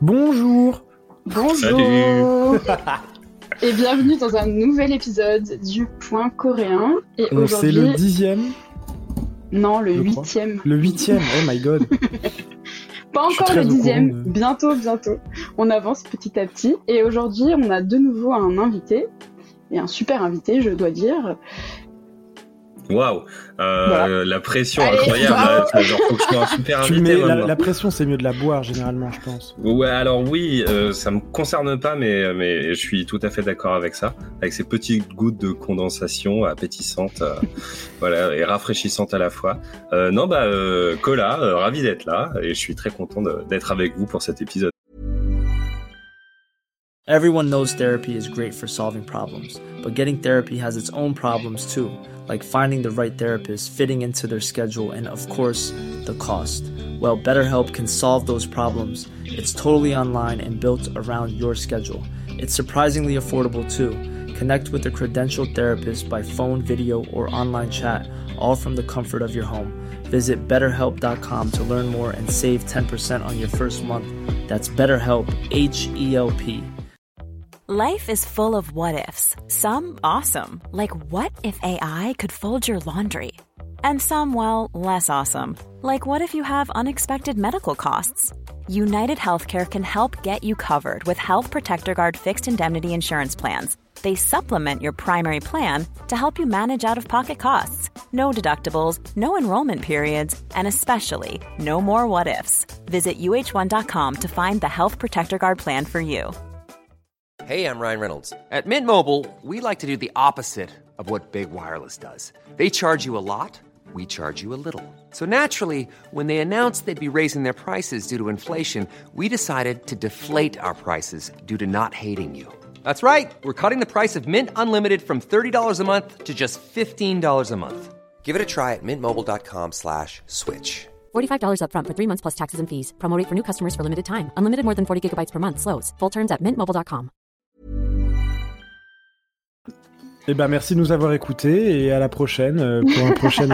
Bonjour. Bonjour. Et bienvenue dans un nouvel épisode du Point Coréen. Et aujourd'hui... C'est le 10e? Non, le 8e. Le 8e, oh my god. Pas encore le 10e, bientôt. On avance petit à petit. Et aujourd'hui, on a de nouveau un invité. Et un super invité, je dois dire. Waouh, Voilà. la pression Allez, incroyable. Genre, faut que je sois un super Tu invité. mets la pression, c'est mieux de la boire généralement, je pense. Ouais, alors oui, ça me concerne pas, mais je suis tout à fait d'accord avec ça, avec ces petites gouttes de condensation appétissantes, voilà, et rafraîchissantes à la fois. Cola, ravi d'être là, et je suis très content d'être avec vous pour cet épisode. Everyone knows therapy is great for solving problems, but getting therapy has its own problems too, like finding the right therapist, fitting into their schedule, and of course, the cost. Well, BetterHelp can solve those problems. It's totally online and built around your schedule. It's surprisingly affordable too. Connect with a credentialed therapist by phone, video, or online chat, all from the comfort of your home. Visit BetterHelp.com to learn more and save 10% on your first month. That's BetterHelp, H-E-L-P. Life is full of what-ifs. Some awesome, like what if AI could fold your laundry? And some, well, less awesome, like what if you have unexpected medical costs? United Healthcare can help get you covered with Health Protector Guard fixed indemnity insurance plans. They supplement your primary plan to help you manage out-of-pocket costs. No deductibles, no enrollment periods, and especially no more what-ifs. Visit uh1.com to find the Health Protector Guard plan for you. Hey, I'm Ryan Reynolds. At Mint Mobile, we like to do the opposite of what Big Wireless does. They charge you a lot, we charge you a little. So naturally, when they announced they'd be raising their prices due to inflation, we decided to deflate our prices due to not hating you. That's right. We're cutting the price of Mint Unlimited from $30 a month to just $15 a month. Give it a try at mintmobile.com/switch. $45 up front for 3 months plus taxes and fees. Promo rate for new customers for limited time. Unlimited more than 40 gigabytes per month. Slows full terms at mintmobile.com. Eh ben, merci de nous avoir écoutés et à la prochaine pour un prochain.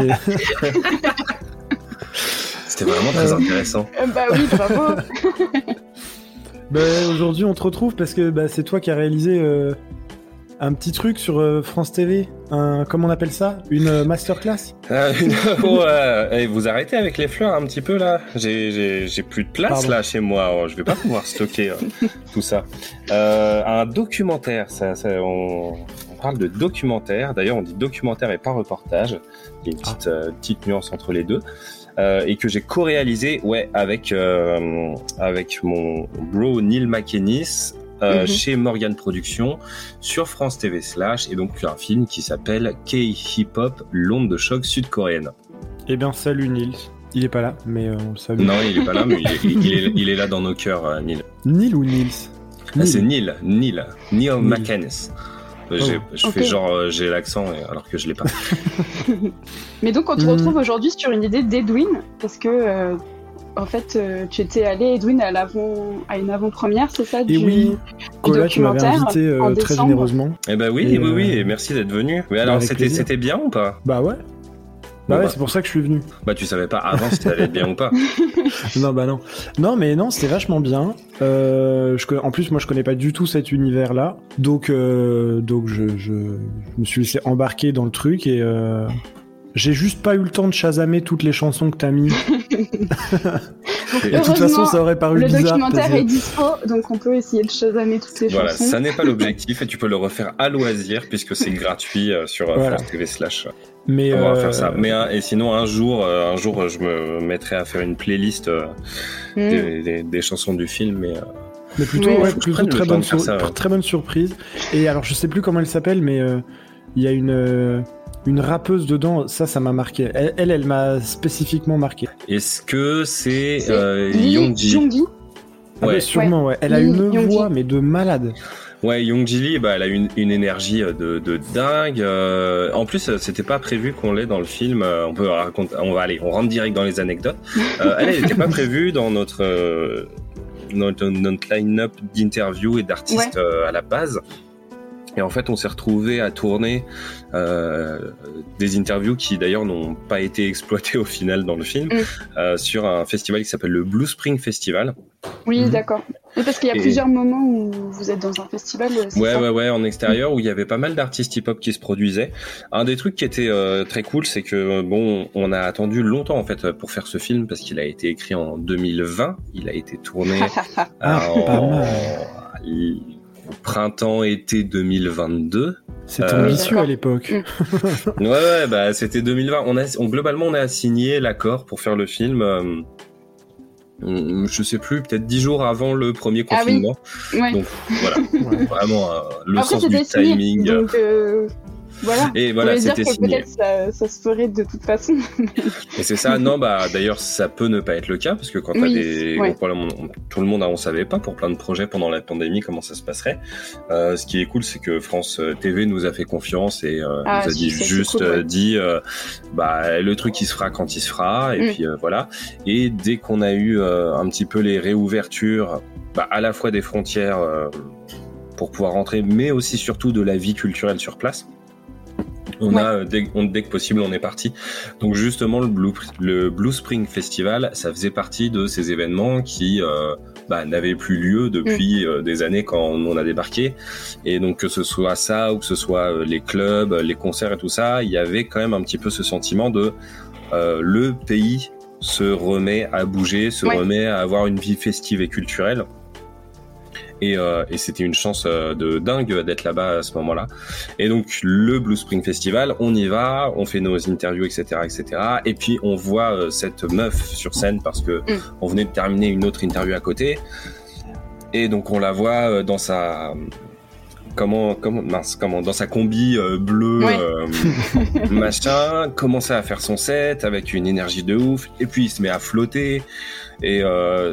C'était vraiment très intéressant. Bah oui, bravo. Aujourd'hui, on te retrouve parce que c'est toi qui as réalisé un petit truc sur France TV. Comment on appelle ça? Une masterclass? Vous arrêtez avec les fleurs un petit peu là. J'ai plus de place là chez moi. Je vais pas pouvoir stocker tout ça. Un documentaire. On parle de documentaire. D'ailleurs, on dit documentaire et pas reportage. Il y a une petite nuance entre les deux. Et que j'ai co-réalisé avec mon bro Neil McInnes chez Morgan Productions sur France TV / et donc un film qui s'appelle K-Hip-Hop, l'onde de choc sud-coréenne. Eh bien, salut Neil. Il est pas là, mais on le salue. Non, il est pas là, mais il est là dans nos cœurs, Neil. Neil ou Niels? C'est Neil McInnes. Je fais genre j'ai l'accent alors que je l'ai pas. Mais donc on te retrouve aujourd'hui sur une idée d'Edwin parce que en fait tu étais allé Edwin à une avant-première, c'est ça, du Cola, tu m'avais invité très généreusement. Eh ben oui, et merci d'être venu. Mais alors c'était bien ou pas? Bah ouais. C'est pour ça que je suis venu. Tu savais pas avant si ça allait être bien ou pas. Non, non. Non, mais non, c'était vachement bien. En plus, moi, je connais pas du tout cet univers-là. Donc je me suis laissé embarquer dans le truc et j'ai juste pas eu le temps de chasamer toutes les chansons que t'as mis. Et de toute façon, ça aurait paru bizarre. Le documentaire est dispo, donc on peut essayer de chasamer toutes les chansons. Voilà, ça n'est pas l'objectif et tu peux le refaire à loisir puisque c'est gratuit sur France TV /. Mais on va faire ça. Et sinon un jour, je me mettrai à faire une playlist des chansons du film. Mais plutôt très bonne surprise. Et alors, je sais plus comment elle s'appelle, mais il y a une rappeuse dedans. Ça m'a marqué. Elle m'a spécifiquement marqué. Est-ce que c'est Youngji? Sûrement, ouais. Elle a une voix, mais de malade. Ouais, Youngji Lee, elle a une énergie de dingue. En plus, c'était pas prévu qu'on l'ait dans le film. On peut raconter. On rentre direct dans les anecdotes. Elle n'était pas prévue dans notre line-up d'interviews et d'artistes à la base. Et en fait, on s'est retrouvés à tourner des interviews qui d'ailleurs n'ont pas été exploitées au final dans le film sur un festival qui s'appelle le Blue Spring Festival. Oui, d'accord. Et parce qu'il y a plusieurs moments où vous êtes dans un festival. Ouais, en extérieur, où il y avait pas mal d'artistes hip-hop qui se produisaient. Un des trucs qui était très cool, c'est que on a attendu longtemps en fait pour faire ce film parce qu'il a été écrit en 2020, il a été tourné au printemps-été 2022. C'était ambitieux à l'époque. Ouais, bah c'était 2020. Globalement, on a signé l'accord pour faire le film. Je sais plus, peut-être 10 jours avant le premier confinement. Ah oui. Ouais. Donc voilà, vraiment le après, sens du timing. Donc voilà. Et voilà, c'était dire que signé. Peut-être ça se ferait de toute façon. Et c'est ça. Non, bah d'ailleurs, ça peut ne pas être le cas parce que quand t'as des gros problèmes, tout le monde, on savait pas pour plein de projets pendant la pandémie comment ça se passerait. Ce qui est cool, c'est que France TV nous a fait confiance et nous a dit le truc il se fera quand il se fera et puis voilà. Et dès qu'on a eu un petit peu les réouvertures, à la fois des frontières pour pouvoir rentrer, mais aussi surtout de la vie culturelle sur place. Dès que possible, on est parti. Donc justement, le Blue Spring Festival, ça faisait partie de ces événements qui n'avaient plus lieu depuis des années quand on a débarqué. Et donc que ce soit ça ou que ce soit les clubs, les concerts et tout ça, il y avait quand même un petit peu ce sentiment de le pays se remet à bouger, remet à avoir une vie festive et culturelle. Et c'était une chance de dingue d'être là-bas à ce moment-là. Et donc le Blue Spring Festival, on y va, on fait nos interviews, etc., etc. Et puis on voit cette meuf sur scène parce que on venait de terminer une autre interview à côté. Et donc on la voit dans sa dans sa combi bleue, machin, commencer à faire son set avec une énergie de ouf. Et puis il se met à flotter et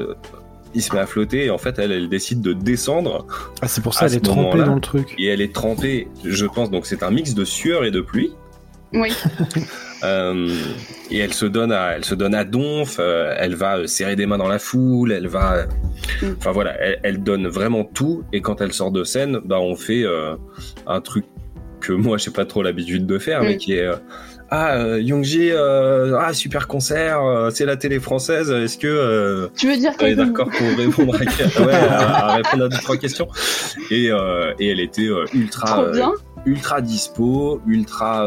en fait elle décide de descendre. Ah, c'est pour ça elle est trempée dans le truc. Et elle est trempée, je pense, donc c'est un mix de sueur et de pluie. Oui. Et elle se donne à donf, elle va serrer des mains dans la foule, elle va enfin voilà, elle donne vraiment tout. Et quand elle sort de scène, on fait un truc que moi j'ai pas trop l'habitude de faire, mais qui est Youngji, super concert, c'est la télé française. Est-ce que tu veux dire elle est d'accord pour répondre à répondre à 2-3 questions. Et elle était ultra dispo, ultra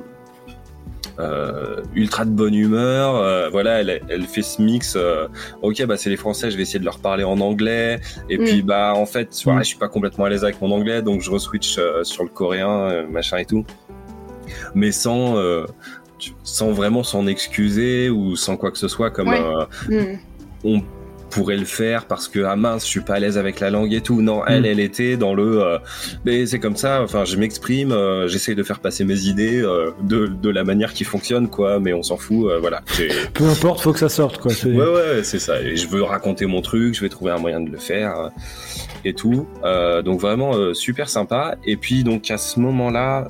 de bonne humeur. Voilà, elle fait ce mix. C'est les Français, je vais essayer de leur parler en anglais. Et puis en fait, je suis pas complètement à l'aise avec mon anglais, donc je re-switch sur le coréen, machin et tout. Mais sans vraiment s'en excuser ou sans quoi que ce soit, comme on pourrait le faire parce que mince, je suis pas à l'aise avec la langue et tout. Non, elle était dans le mais c'est comme ça, enfin je m'exprime, j'essaye de faire passer mes idées de la manière qui fonctionne, quoi, mais on s'en fout, voilà. Peu importe, faut que ça sorte, quoi. Ouais, c'est ça. Et je veux raconter mon truc, je vais trouver un moyen de le faire et tout. Donc vraiment super sympa. Et puis donc à ce moment-là,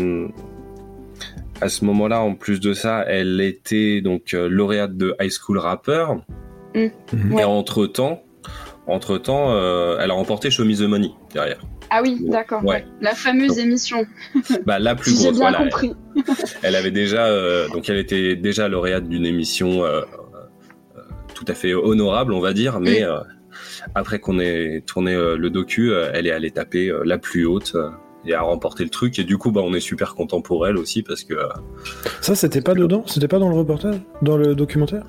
en plus de ça, elle était donc lauréate de High School Rapper. Et entre-temps, elle a remporté Show Me the Money derrière. Ah oui, d'accord. Ouais. La fameuse émission. La plus grosse. J'ai bien compris. Elle avait déjà, elle était déjà lauréate d'une émission tout à fait honorable, on va dire, mais après qu'on ait tourné le docu, elle est allée taper la plus haute. Et a remporté le truc, et du coup on est super content pour elle aussi parce que ça c'était pas dedans, c'était pas dans le reportage, dans le documentaire.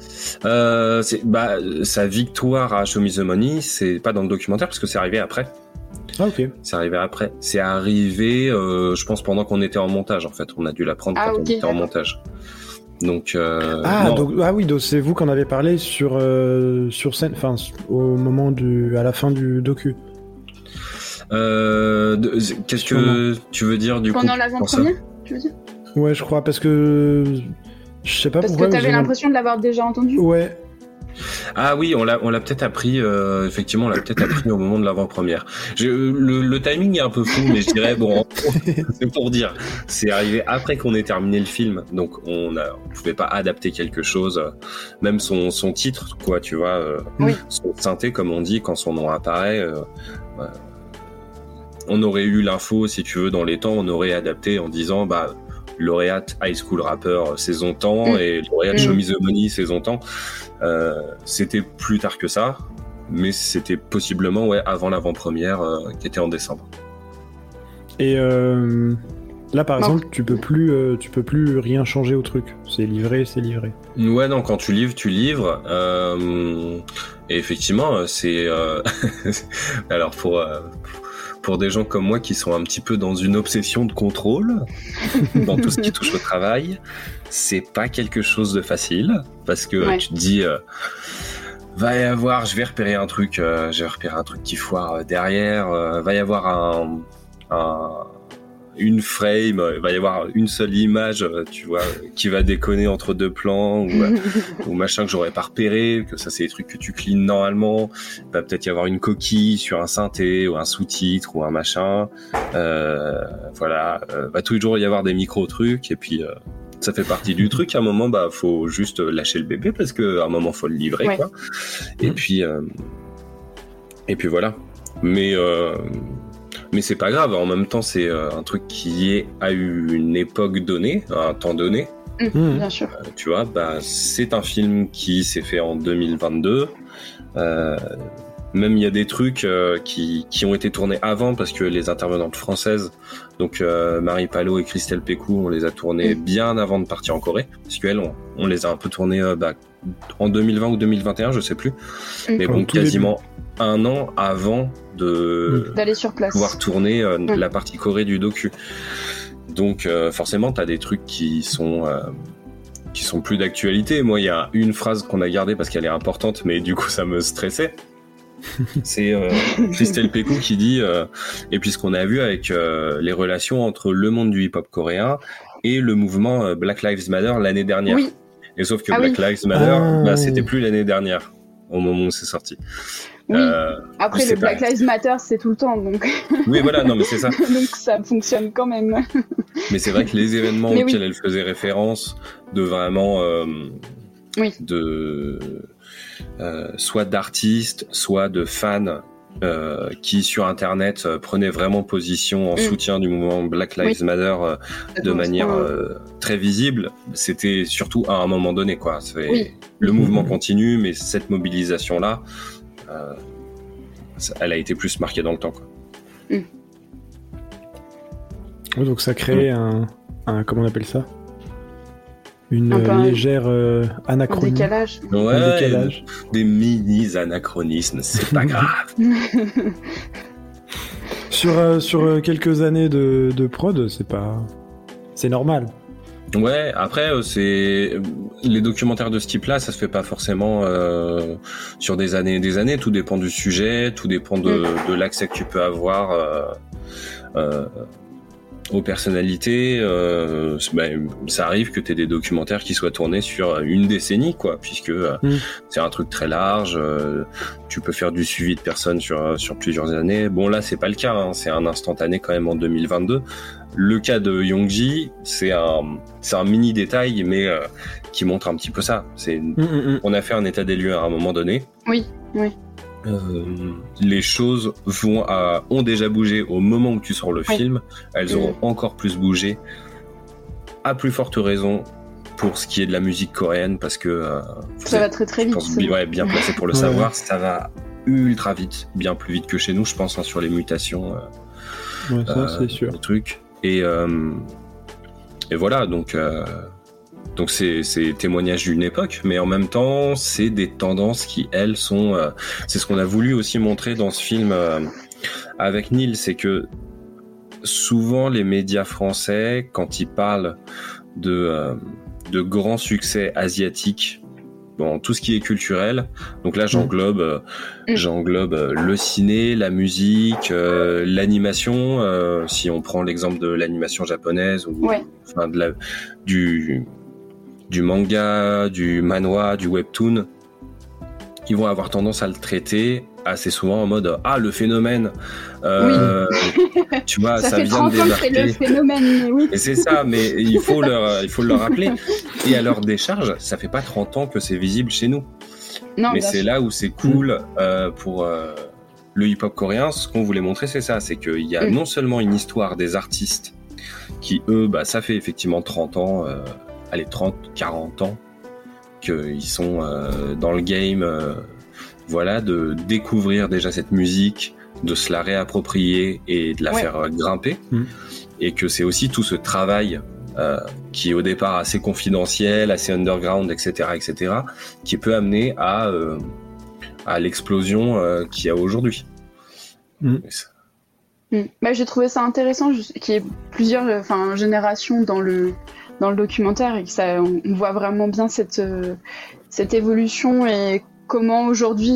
Sa victoire à Show Me the Money, c'est pas dans le documentaire parce que c'est arrivé après. Ah ok. C'est arrivé après. C'est arrivé, je pense pendant qu'on était en montage en fait. On a dû la prendre quand on était en montage. Donc donc c'est vous qu'en avez parlé sur scène, enfin au moment à la fin du docu. Qu'est-ce que tu veux dire du coup pendant l'avant-première, tu veux dire? Ouais, je crois, parce que je sais pas pourquoi. Parce que t'avais l'impression de l'avoir déjà entendu. Ouais. Ah oui, on l'a peut-être appris. Effectivement, on l'a peut-être appris au moment de l'avant-première. Le timing est un peu fou, mais je dirais c'est pour dire. C'est arrivé après qu'on ait terminé le film, donc on pouvait pas adapter quelque chose, même son titre, quoi, tu vois, son synthé comme on dit quand son nom apparaît. On aurait eu l'info, si tu veux, dans les temps, on aurait adapté en disant, lauréate High School Rapper saison temps et lauréate Show Me the Money saison temps. C'était plus tard que ça, mais c'était possiblement avant l'avant-première qui était en décembre. Et là, par exemple, tu peux plus rien changer au truc. C'est livré. Ouais, non, quand tu livres. Et effectivement, c'est alors pour des gens comme moi qui sont un petit peu dans une obsession de contrôle dans tout ce qui touche au travail, c'est pas quelque chose de facile parce que tu te dis va y avoir, je vais repérer un truc qui foire derrière, va y avoir une frame, il va y avoir une seule image, tu vois, qui va déconner entre deux plans ou machin que j'aurais pas repéré, que ça c'est des trucs que tu cleans normalement. Il va peut-être y avoir une coquille sur un synthé ou un sous-titre ou un machin. Va toujours y avoir des micro-trucs et puis ça fait partie du truc. À un moment, faut juste lâcher le bébé parce qu'à un moment faut le livrer, quoi. Et puis voilà. Mais c'est pas grave, en même temps c'est un truc qui est à une époque donnée, à un temps donné. Bien sûr. Tu vois, c'est un film qui s'est fait en 2022. Même il y a des trucs qui ont été tournés avant parce que les intervenantes françaises, donc Marie Palot et Christelle Pécou, on les a tournées bien avant de partir en Corée, parce qu'elles on les a un peu tournées en 2020 ou 2021, je sais plus, mais bon, quasiment un an avant d'aller sur place, pouvoir tourner la partie Corée du docu. Donc forcément t'as des trucs qui sont plus d'actualité. Moi il y a une phrase qu'on a gardée parce qu'elle est importante, mais du coup ça me stressait. C'est Christelle Pécou qui dit et puis ce qu'on a vu avec les relations entre le monde du hip-hop coréen et le mouvement Black Lives Matter l'année dernière. Et sauf que Black Lives Matter, c'était plus l'année dernière au moment où c'est sorti. Après le Black Lives Matter c'est tout le temps, donc oui voilà, non mais c'est ça. Donc ça fonctionne quand même. Mais c'est vrai que les événements auxquels elle faisait référence, de vraiment soit d'artistes, soit de fans qui sur internet prenaient vraiment position en soutien du mouvement Black Lives Matter de manière très visible, c'était surtout à un moment donné, quoi. Le mouvement continue, mais cette mobilisation là elle a été plus marquée dans le temps, quoi. Donc ça crée un comment on appelle ça, une légère anachronie. Un décalage. Un décalage. Des mini-anachronismes, c'est pas grave. Sur quelques années de prod, c'est normal. Ouais, après, les documentaires de ce type-là, ça se fait pas forcément sur des années et des années. Tout dépend du sujet, tout dépend de l'accès que tu peux avoir aux personnalités. Ça arrive que t'aies des documentaires qui soient tournés sur une décennie, quoi, puisque c'est un truc très large. Tu peux faire du suivi de personnes sur plusieurs années. Bon, là, c'est pas le cas, hein, c'est un instantané quand même en 2022. Le cas de Youngji, c'est un mini détail, mais qui montre un petit peu ça. On a fait un état des lieux à un moment donné. Oui. Les choses ont déjà bougé au moment où tu sors le film. Elles auront encore plus bougé, à plus forte raison pour ce qui est de la musique coréenne, parce que ça va très très vite. Bien placé pour le savoir, ça va ultra vite, bien plus vite que chez nous, je pense, hein, sur les mutations. Ça c'est sûr. Le truc. Et voilà, donc c'est témoignage d'une époque, mais en même temps, c'est des tendances qui, elles, sont... c'est ce qu'on a voulu aussi montrer dans ce film avec Neil, c'est que souvent, les médias français, quand ils parlent de grands succès asiatiques, bon, tout ce qui est culturel, donc là j'englobe le ciné, la musique, l'animation, si on prend l'exemple de l'animation japonaise, ou enfin du manga, du manhwa, du webtoon, ils vont avoir tendance à le traiter assez souvent en mode le phénomène, tu vois, ça vient de débarquer. Le phénomène, mais et c'est ça, mais il faut leur rappeler. Et à leur décharge, ça fait pas 30 ans que c'est visible chez nous. Non, mais c'est là où c'est cool pour le hip-hop coréen. Ce qu'on voulait montrer, c'est ça, c'est qu'il y a non seulement une histoire des artistes qui, eux, ça fait effectivement 30 ans, 30, 40 ans qu'ils sont dans le game voilà, de découvrir déjà cette musique, de se la réapproprier et de la faire grimper, et que c'est aussi tout ce travail qui est au départ assez confidentiel, assez underground, etc., qui peut amener à l'explosion qu'il y a aujourd'hui. Bah, j'ai trouvé ça intéressant qu'il y ait plusieurs générations dans le documentaire et que ça, on voit vraiment bien cette évolution et comment aujourd'hui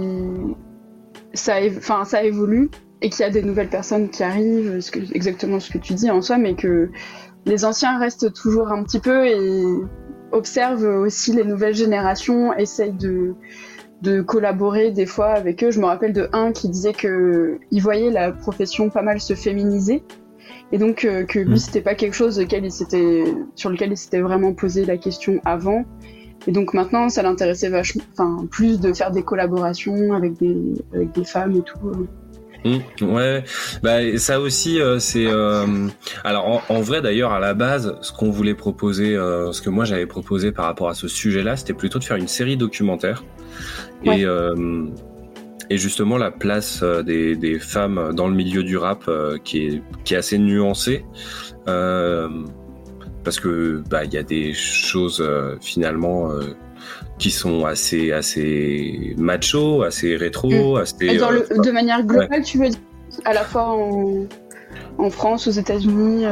ça évolue et qu'il y a des nouvelles personnes qui arrivent, exactement ce que tu dis en soi, mais que les anciens restent toujours un petit peu et observent aussi les nouvelles générations, essayent de collaborer des fois avec eux. Je me rappelle de un qui disait que il voyait la profession pas mal se féminiser et donc que lui c'était pas quelque chose sur lequel il s'était vraiment posé la question avant. Et donc maintenant, ça l'intéressait vachement, plus de faire des collaborations avec des femmes et tout. Ouais, bah ça aussi c'est alors en vrai d'ailleurs à la base ce qu'on voulait proposer, ce que moi j'avais proposé par rapport à ce sujet-là, c'était plutôt de faire une série documentaire et justement la place des femmes dans le milieu du rap qui est assez nuancée. Parce que il y a des choses finalement qui sont assez macho, assez rétro, assez. De manière globale, tu veux dire, à la fois en France, aux États-Unis.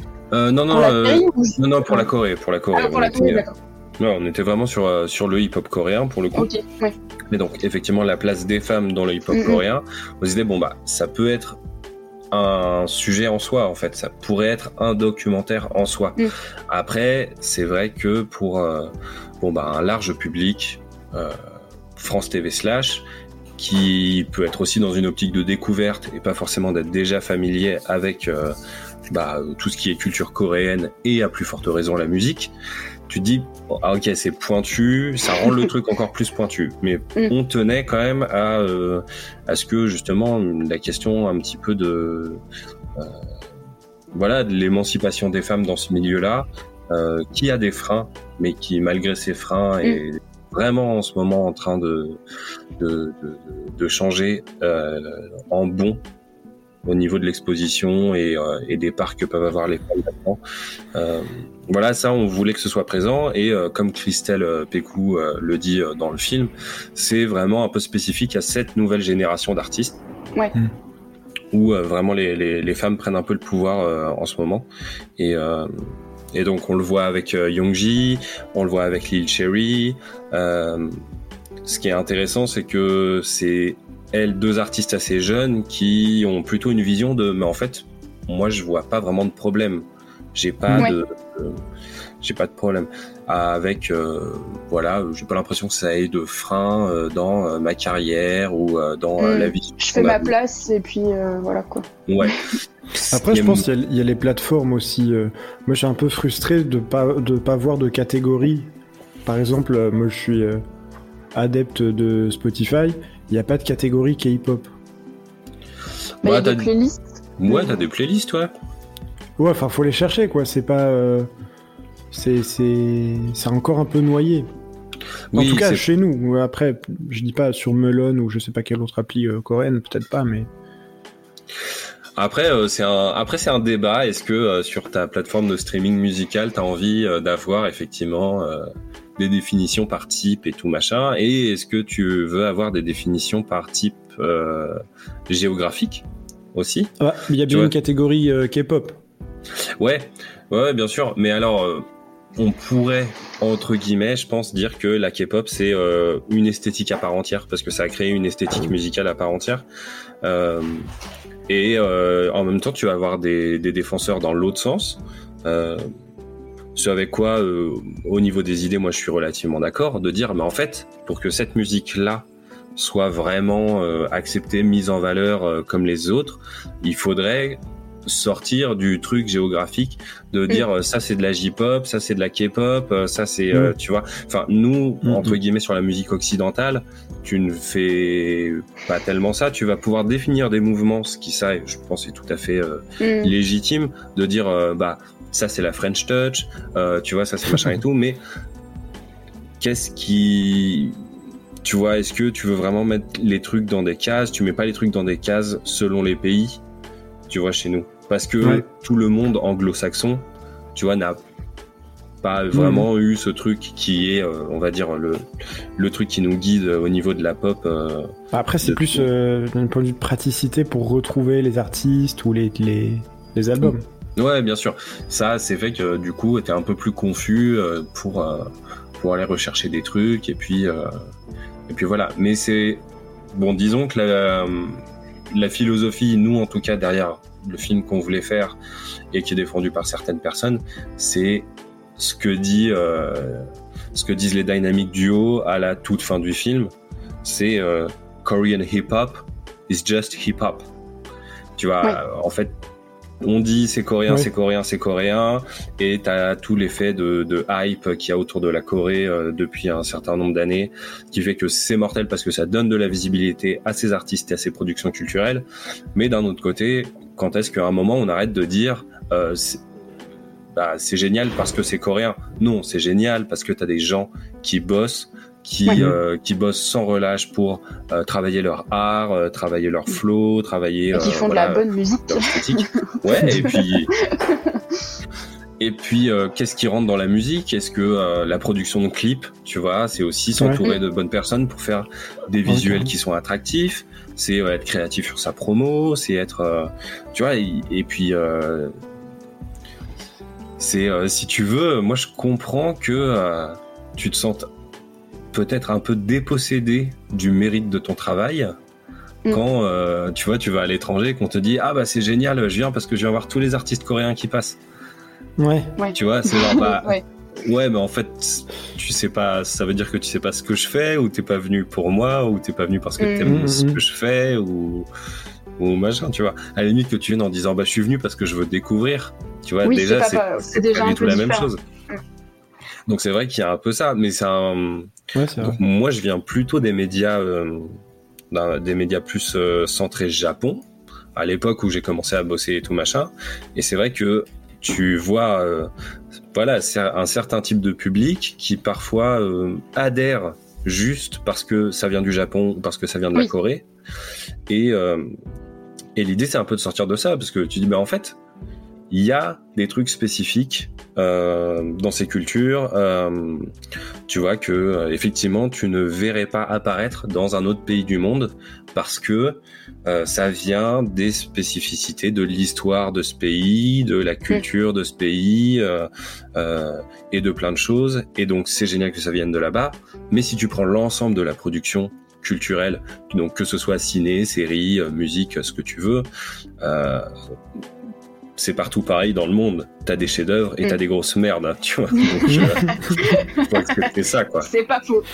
Non, pour la Corée, pour la Corée, d'accord. Non, on était vraiment sur le hip-hop coréen pour le coup. Ok, ouais. Mais donc effectivement la place des femmes dans le hip-hop coréen, on se disait ça peut être un sujet en soi, en fait, ça pourrait être un documentaire en soi. Après, c'est vrai que pour un large public, France TV / qui peut être aussi dans une optique de découverte et pas forcément d'être déjà familier avec tout ce qui est culture coréenne et à plus forte raison la musique, tu te dis ok, c'est pointu, ça rend le truc encore plus pointu, mais on tenait quand même à ce que justement la question un petit peu de l'émancipation des femmes dans ce milieu-là, qui a des freins, mais qui malgré ces freins est vraiment en ce moment en train de changer en bon au niveau de l'exposition et des parts que peuvent avoir les femmes maintenant. Ça, on voulait que ce soit présent et comme Christelle Pécou le dit dans le film, c'est vraiment un peu spécifique à cette nouvelle génération d'artistes. Ouais. Où vraiment les femmes prennent un peu le pouvoir en ce moment. Et donc on le voit avec Youngji, on le voit avec Lil Cherry. Ce qui est intéressant, c'est que c'est deux artistes assez jeunes qui ont plutôt une vision mais en fait, moi je vois pas vraiment de problème. J'ai pas de problème avec j'ai pas l'impression que ça ait de frein dans ma carrière ou dans la vie. Je fais ma place et puis voilà quoi. Ouais. Après, je pense qu'il y a les plateformes aussi. Moi, je suis un peu frustré de pas voir de catégorie. Par exemple, moi, je suis adepte de Spotify. Il n'y a pas de catégorie K-pop. Il y a des playlists. Ouais, t'as des playlists, toi. Ouais, enfin, faut les chercher, quoi. C'est pas. C'est encore un peu noyé. En tout cas, chez nous. Après, je dis pas sur Melon ou je sais pas quelle autre appli coréenne, peut-être pas, mais. Après, c'est un débat. Est-ce que sur ta plateforme de streaming musical, t'as envie d'avoir effectivement des définitions par type et tout machin, et est-ce que tu veux avoir des définitions par type géographique aussi? Il y a bien une catégorie K-pop. Ouais, bien sûr. Mais alors, on pourrait entre guillemets, je pense, dire que la K-pop c'est une esthétique à part entière parce que ça a créé une esthétique musicale à part entière. Et en même temps, tu vas avoir des défenseurs dans l'autre sens. Ce avec quoi, au niveau des idées, moi je suis relativement d'accord, de dire, mais en fait, pour que cette musique-là soit vraiment acceptée, mise en valeur comme les autres, il faudrait sortir du truc géographique, de dire ça c'est de la J-pop, ça c'est de la K-pop, ça c'est, tu vois, enfin nous, entre guillemets, sur la musique occidentale, tu ne fais pas tellement ça, tu vas pouvoir définir des mouvements, ce qui ça, je pense, est tout à fait légitime, de dire, ça c'est la French Touch, tu vois, ça c'est machin et tout, mais qu'est-ce qui tu vois, est-ce que tu veux vraiment mettre les trucs dans des cases? Tu mets pas les trucs dans des cases selon les pays, tu vois, chez nous. Parce que tout le monde anglo-saxon, tu vois, n'a pas vraiment eu ce truc qui est, on va dire, le truc qui nous guide au niveau de la pop. Après, c'est plus d'un point de vue de praticité pour retrouver les artistes ou les albums. Ouais, bien sûr. Ça, c'est fait que du coup, t'es un peu plus confus pour aller rechercher des trucs et puis voilà. Mais c'est bon, disons que la philosophie, nous en tout cas derrière le film qu'on voulait faire et qui est défendu par certaines personnes, c'est ce que disent les Dynamic Duo à la toute fin du film, c'est Korean hip hop is just hip hop. Tu vois, en fait, on dit c'est coréen, c'est coréen, c'est coréen, et t'as tout l'effet de hype qu'il y a autour de la Corée depuis un certain nombre d'années, qui fait que c'est mortel parce que ça donne de la visibilité à ces artistes et à ces productions culturelles. Mais d'un autre côté, quand est-ce qu'à un moment on arrête de dire c'est génial parce que c'est coréen? Non, c'est génial parce que t'as des gens qui bossent, qui bossent sans relâche pour travailler leur art, travailler leur flow, travailler et qui font de la bonne musique. Ouais, et puis qu'est-ce qui rentre dans la musique? Est-ce que la production de clips, tu vois, c'est aussi s'entourer de bonnes personnes pour faire des visuels qui sont attractifs, c'est être créatif sur sa promo, c'est être tu vois, et puis c'est si tu veux, moi je comprends que tu te sentes peut-être un peu dépossédé du mérite de ton travail quand tu vois, tu vas à l'étranger, qu'on te dit c'est génial, je viens parce que je viens voir tous les artistes coréens qui passent. Tu vois, c'est genre ouais, mais en fait tu sais pas, ça veut dire que tu sais pas ce que je fais, ou t'es pas venu pour moi, ou t'es pas venu parce que t'aimes ce que je fais, ou machin, tu vois. À la limite que tu viennes en disant je suis venu parce que je veux découvrir, tu vois, déjà c'est déjà pas du tout la même chose. Donc c'est vrai qu'il y a un peu ça, mais c'est un... Donc, moi je viens plutôt des médias plus centrés Japon, à l'époque où j'ai commencé à bosser et tout machin, et c'est vrai que tu vois c'est un certain type de public qui parfois adhère juste parce que ça vient du Japon ou parce que ça vient de la Corée, et l'idée c'est un peu de sortir de ça, parce que tu dis en fait il y a des trucs spécifiques dans ces cultures, tu vois, que effectivement tu ne verrais pas apparaître dans un autre pays du monde, parce que ça vient des spécificités de l'histoire de ce pays, de la culture de ce pays, et de plein de choses. Et donc c'est génial que ça vienne de là-bas. Mais si tu prends l'ensemble de la production culturelle, donc que ce soit ciné, série, musique, ce que tu veux, c'est partout pareil dans le monde. T'as des chefs-d'œuvre et t'as des grosses merdes, hein, tu vois. Donc, faut accepter ça, quoi. C'est pas faux.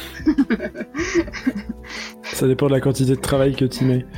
Ça dépend de la quantité de travail que tu mets.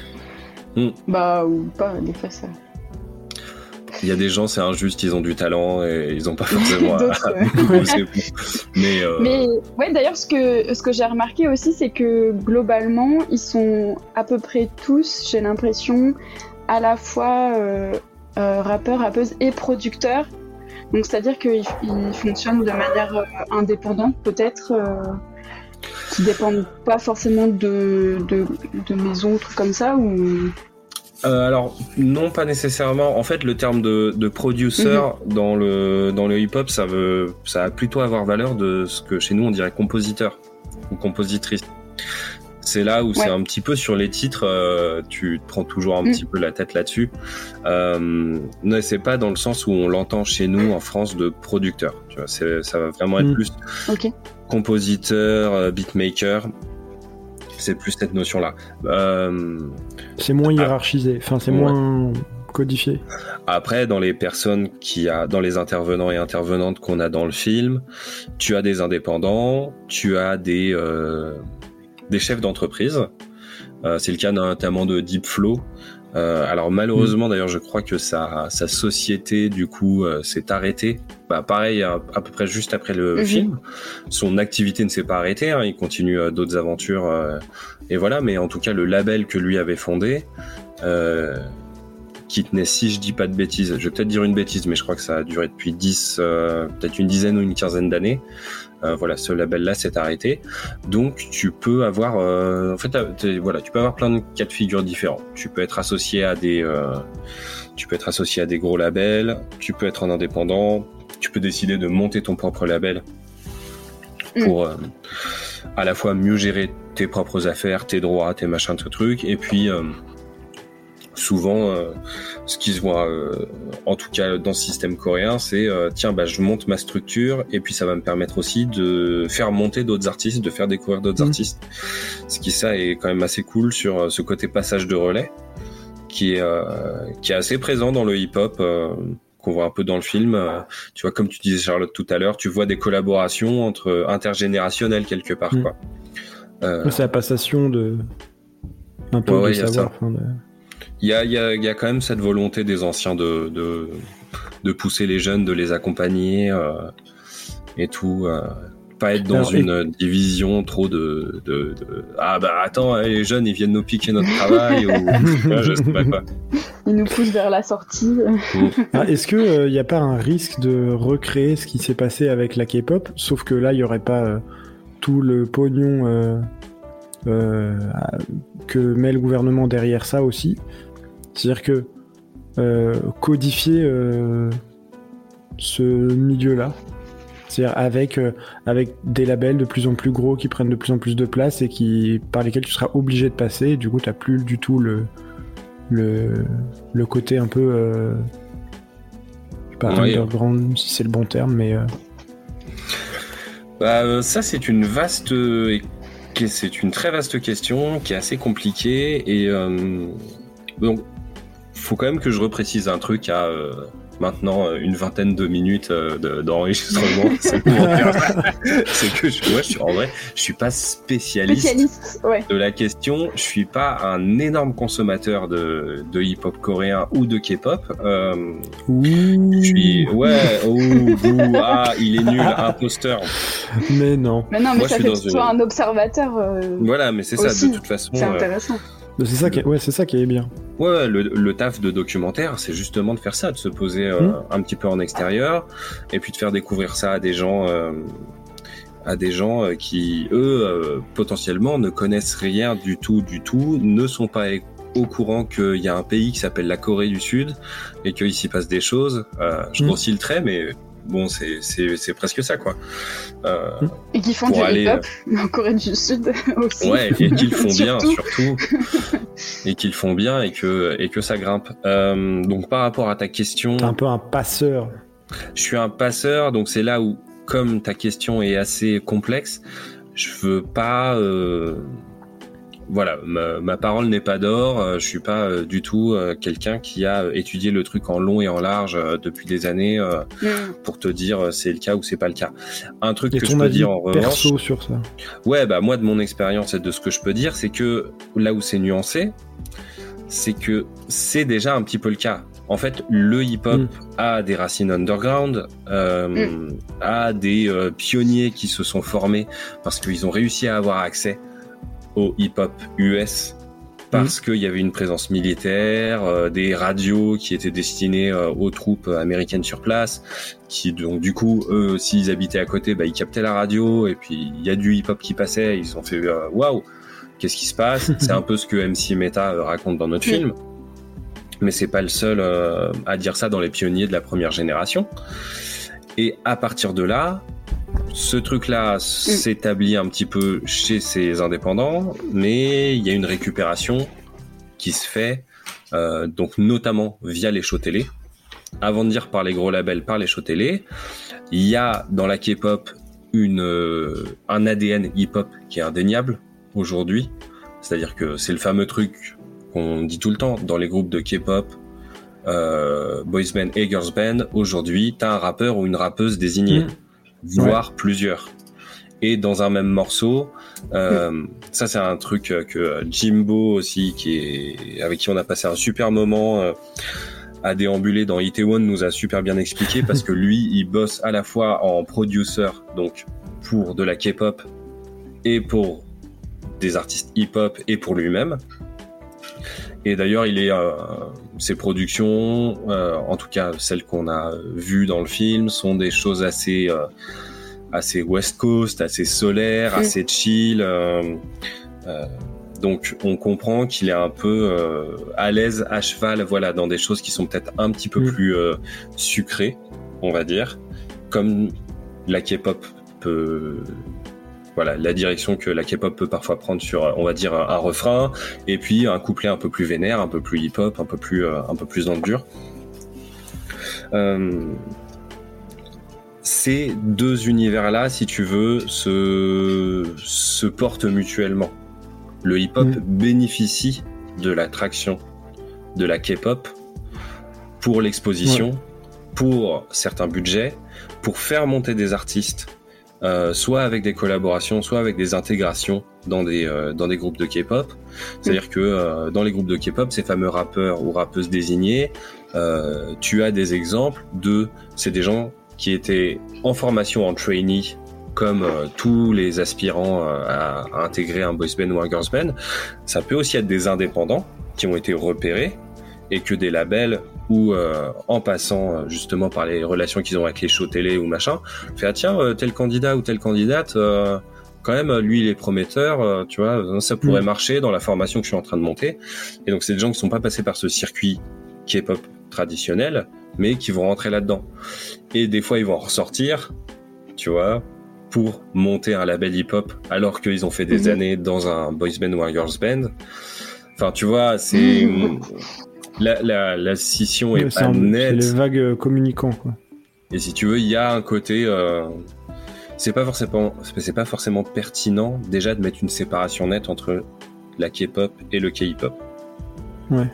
Ou pas, des fois ça. Il y a des gens, c'est injuste, ils ont du talent et ils ont pas forcément à bosser. Mais ouais, d'ailleurs, ce que j'ai remarqué aussi, c'est que globalement, ils sont à peu près tous, j'ai l'impression, à la fois rappeurs, rappeuses et producteurs. Donc c'est-à-dire qu'ils fonctionnent de manière indépendante, peut-être, qui dépendent pas forcément de maisons ou trucs comme ça, ou... alors non, pas nécessairement. En fait, le terme de producer dans le hip-hop, ça va plutôt avoir valeur de ce que chez nous on dirait compositeur ou compositrice. C'est là où c'est un petit peu sur les titres, tu te prends toujours un petit peu la tête là-dessus. Non, c'est pas dans le sens où on l'entend chez nous en France de producteur. Tu vois, ça va vraiment être plus compositeur, beatmaker. C'est plus cette notion-là. C'est moins hiérarchisé, enfin c'est moins codifié. Après, dans les personnes dans les intervenants et intervenantes qu'on a dans le film, tu as des indépendants, tu as des chefs d'entreprise. C'est le cas notamment de Deep Flow. Alors malheureusement, d'ailleurs, je crois que sa société du coup s'est arrêtée. Pareil, à peu près juste après le film. Son activité ne s'est pas arrêtée. Hein, il continue d'autres aventures. Et voilà. Mais en tout cas, le label que lui avait fondé, qui tenait, si je dis pas de bêtises, je vais peut-être dire une bêtise, mais je crois que ça a duré depuis peut-être une dizaine ou une quinzaine d'années. Voilà, ce label-là s'est arrêté. Donc, tu peux avoir, en fait, tu peux avoir plein de cas de figure différents. Tu peux être associé à des gros labels. Tu peux être en indépendant. Tu peux décider de monter ton propre label pour à la fois mieux gérer tes propres affaires, tes droits, tes machins, tes trucs. Et puis, souvent, ce qui se voit, en tout cas dans ce système coréen, c'est je monte ma structure et puis ça va me permettre aussi de faire monter d'autres artistes, de faire découvrir d'autres artistes. Ce qui ça est quand même assez cool sur ce côté passage de relais qui est assez présent dans le hip-hop. Qu'on voit un peu dans le film, tu vois, comme tu disais Charlotte tout à l'heure, tu vois des collaborations entre intergénérationnelles quelque part, quoi. C'est la passation de un peu de savoir. Il y a quand même cette volonté des anciens de pousser les jeunes, de les accompagner et tout. Pas être dans une division trop de attends, les jeunes ils viennent nous piquer notre travail ou je sais pas quoi. Ils nous poussent vers la sortie. Est-ce que y a pas un risque de recréer ce qui s'est passé avec la K-pop, sauf que là il y aurait pas tout le pognon que met le gouvernement derrière ça aussi, c'est-à-dire que codifier ce milieu-là, c'est-à-dire avec des labels de plus en plus gros qui prennent de plus en plus de place et par lesquels tu seras obligé de passer, et du coup t'as plus du tout le côté un peu je sais pas, underground si c'est le bon terme, mais ça c'est une très vaste question qui est assez compliquée et donc faut quand même que je reprécise un truc à maintenant une vingtaine de minutes d'enregistrement. C'est que je suis pas spécialiste de la question. Je suis pas un énorme consommateur de hip-hop coréen ou de K-pop. Je suis il est nul, imposteur. Mais non. Mais moi, ça fait que tu sois un observateur. Voilà, mais c'est aussi. Ça de toute façon. C'est intéressant. C'est ça qui est bien. Ouais, le taf de documentaire, c'est justement de faire ça, de se poser un petit peu en extérieur, et puis de faire découvrir ça à des gens qui, eux, potentiellement ne connaissent rien du tout, ne sont pas au courant qu'il y a un pays qui s'appelle la Corée du Sud, et qu'il s'y passe des choses. Je grossis le trait, mais bon, c'est presque ça, quoi. Et qui font du hip-hop en Corée du Sud aussi. Ouais, et qu'ils font bien, surtout. Et qu'ils font bien et que ça grimpe. Donc, par rapport à ta question... T'es un peu un passeur. Je suis un passeur, donc c'est là où, comme ta question est assez complexe, je veux pas... Voilà, ma parole n'est pas d'or. Je suis pas du tout quelqu'un qui a étudié le truc en long et en large depuis des années pour te dire c'est le cas ou c'est pas le cas. Un truc que je peux dire en revanche, perso sur ça. Ouais, moi de mon expérience et de ce que je peux dire, c'est que là où c'est nuancé, c'est que c'est déjà un petit peu le cas. En fait, le hip-hop a des racines underground, a des pionniers qui se sont formés parce qu'ils ont réussi à avoir accès au hip-hop US parce qu'il y avait une présence militaire, des radios qui étaient destinées aux troupes américaines sur place, qui donc du coup eux s'ils habitaient à côté, ils captaient la radio et puis il y a du hip-hop qui passait, ils ont fait waouh, qu'est-ce qui se passe. C'est un peu ce que MC Meta raconte dans notre film, mais c'est pas le seul à dire ça dans les pionniers de la première génération. Et à partir de là, ce truc-là s'établit un petit peu chez ces indépendants, mais il y a une récupération qui se fait, donc notamment via les shows télé. Avant de dire par les gros labels, par les shows télé, il y a dans la K-pop un ADN hip-hop qui est indéniable aujourd'hui. C'est-à-dire que c'est le fameux truc qu'on dit tout le temps dans les groupes de K-pop, boys band et girls band. Aujourd'hui, t'as un rappeur ou une rappeuse désignée. Voire plusieurs. Et dans un même morceau, ça c'est un truc que Jimbo aussi, avec qui on a passé un super moment à déambuler dans Itaewon, nous a super bien expliqué, parce que lui, il bosse à la fois en producer, donc pour de la K-pop, et pour des artistes hip-hop, et pour lui-même. Et d'ailleurs, ses productions, en tout cas celles qu'on a vues dans le film, sont des choses assez West Coast, assez solaires, assez chill. Donc on comprend qu'il est un peu à l'aise, à cheval, voilà, dans des choses qui sont peut-être un petit peu plus sucrées, on va dire, comme la K-pop peut... Voilà, la direction que la K-pop peut parfois prendre sur, on va dire, un refrain, et puis un couplet un peu plus vénère, un peu plus hip-hop, un peu plus dans le dur. Ces deux univers-là, si tu veux, se portent mutuellement. Le hip-hop bénéficie de l'attraction de la K-pop pour l'exposition, pour certains budgets, pour faire monter des artistes, soit avec des collaborations, soit avec des intégrations dans des groupes de K-pop. C'est-à-dire que dans les groupes de K-pop, ces fameux rappeurs ou rappeuses désignés, tu as des exemples c'est des gens qui étaient en formation en trainee, comme tous les aspirants à intégrer un boys band ou un girls band. Ça peut aussi être des indépendants qui ont été repérés et que des labels ou en passant justement par les relations qu'ils ont avec les shows télé ou machin, fait tiens tel candidat ou telle candidate quand même lui il est prometteur, tu vois, ça pourrait marcher dans la formation que je suis en train de monter. Et donc c'est des gens qui sont pas passés par ce circuit K-pop traditionnel, mais qui vont rentrer là-dedans. Et des fois ils vont en ressortir, tu vois, pour monter un label hip-hop alors qu'ils ont fait des années dans un boys band ou un girls band. Enfin tu vois, c'est la scission est pas nette. C'est les vagues communicants, quoi. Et si tu veux, il y a un côté, c'est pas forcément pertinent déjà de mettre une séparation nette entre la K-pop et le K-hip-hop. Ouais.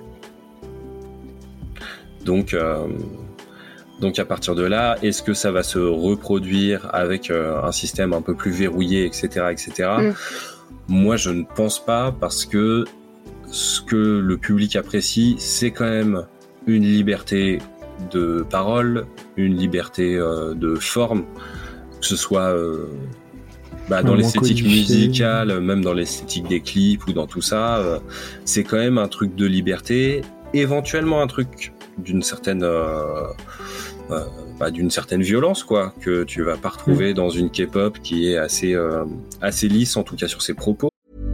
Donc à partir de là, est-ce que ça va se reproduire avec un système un peu plus verrouillé, etc. Moi, je ne pense pas, parce que ce que le public apprécie, c'est quand même une liberté de parole, une liberté de forme, que ce soit dans l'esthétique musicale, même dans l'esthétique des clips ou dans tout ça, c'est quand même un truc de liberté, éventuellement un truc d'une certaine violence, quoi, que tu vas pas retrouver dans une K-pop qui est assez lisse, en tout cas sur ses propos.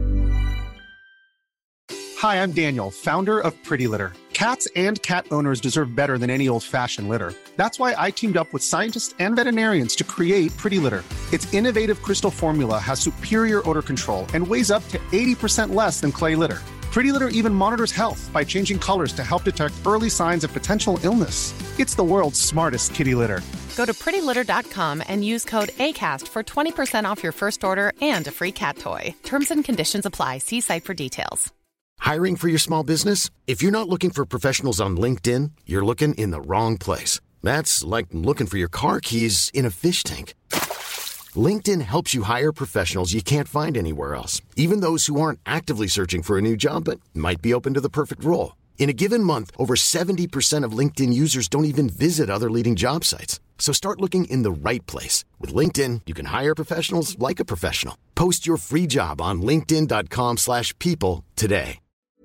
Hi, I'm Daniel, founder of Pretty Litter. Cats and cat owners deserve better than any old-fashioned litter. That's why I teamed up with scientists and veterinarians to create Pretty Litter. Its innovative crystal formula has superior odor control and weighs up to 80% less than clay litter. Pretty Litter even monitors health by changing colors to help detect early signs of potential illness. It's the world's smartest kitty litter. Go to prettylitter.com and use code ACAST for 20% off your first order and a free cat toy. Terms and conditions apply. See site for details. Hiring for your small business? If you're not looking for professionals on LinkedIn, you're looking in the wrong place. That's like looking for your car keys in a fish tank. LinkedIn helps you hire professionals you can't find anywhere else, even those who aren't actively searching for a new job but might be open to the perfect role. In a given month, over 70% of LinkedIn users don't even visit other leading job sites. So start looking in the right place. With LinkedIn, you can hire professionals like a professional. Post your free job on linkedin.com/people today.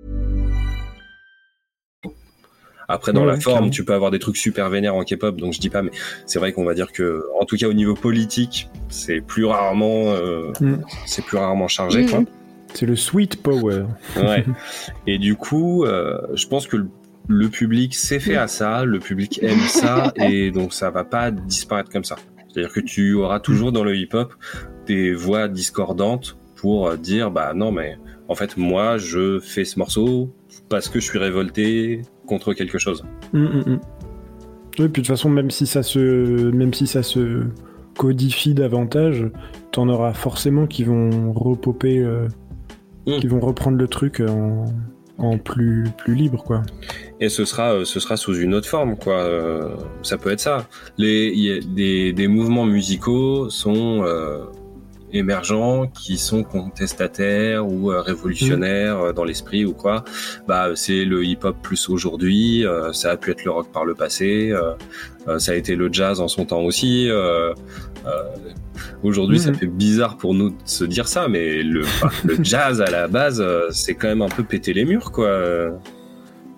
Après, dans la forme, tu peux avoir des trucs super vénères en K-pop, donc je dis pas, mais c'est vrai qu'on va dire que, en tout cas au niveau politique, c'est plus rarement chargé, quoi. C'est le sweet power. Ouais. Et du coup, je pense que le public s'est fait à ça, le public aime ça, et donc ça va pas disparaître comme ça. C'est-à-dire que tu auras toujours dans le hip-hop des voix discordantes pour dire, bah non, mais en fait, moi, je fais ce morceau parce que je suis révolté contre quelque chose. Oui, puis de toute façon, même si ça se codifie davantage, t'en auras forcément qui vont repopper, qui vont reprendre le truc en plus libre, quoi. Et ce sera sous une autre forme, quoi. Ça peut être ça. Des mouvements musicaux sont émergents, qui sont contestataires ou révolutionnaires dans l'esprit ou quoi. Bah, c'est le hip-hop plus aujourd'hui. Ça a pu être le rock par le passé. Ça a été le jazz en son temps aussi. Aujourd'hui, ça fait bizarre pour nous de se dire ça, mais le jazz à la base, c'est quand même un peu péter les murs, quoi.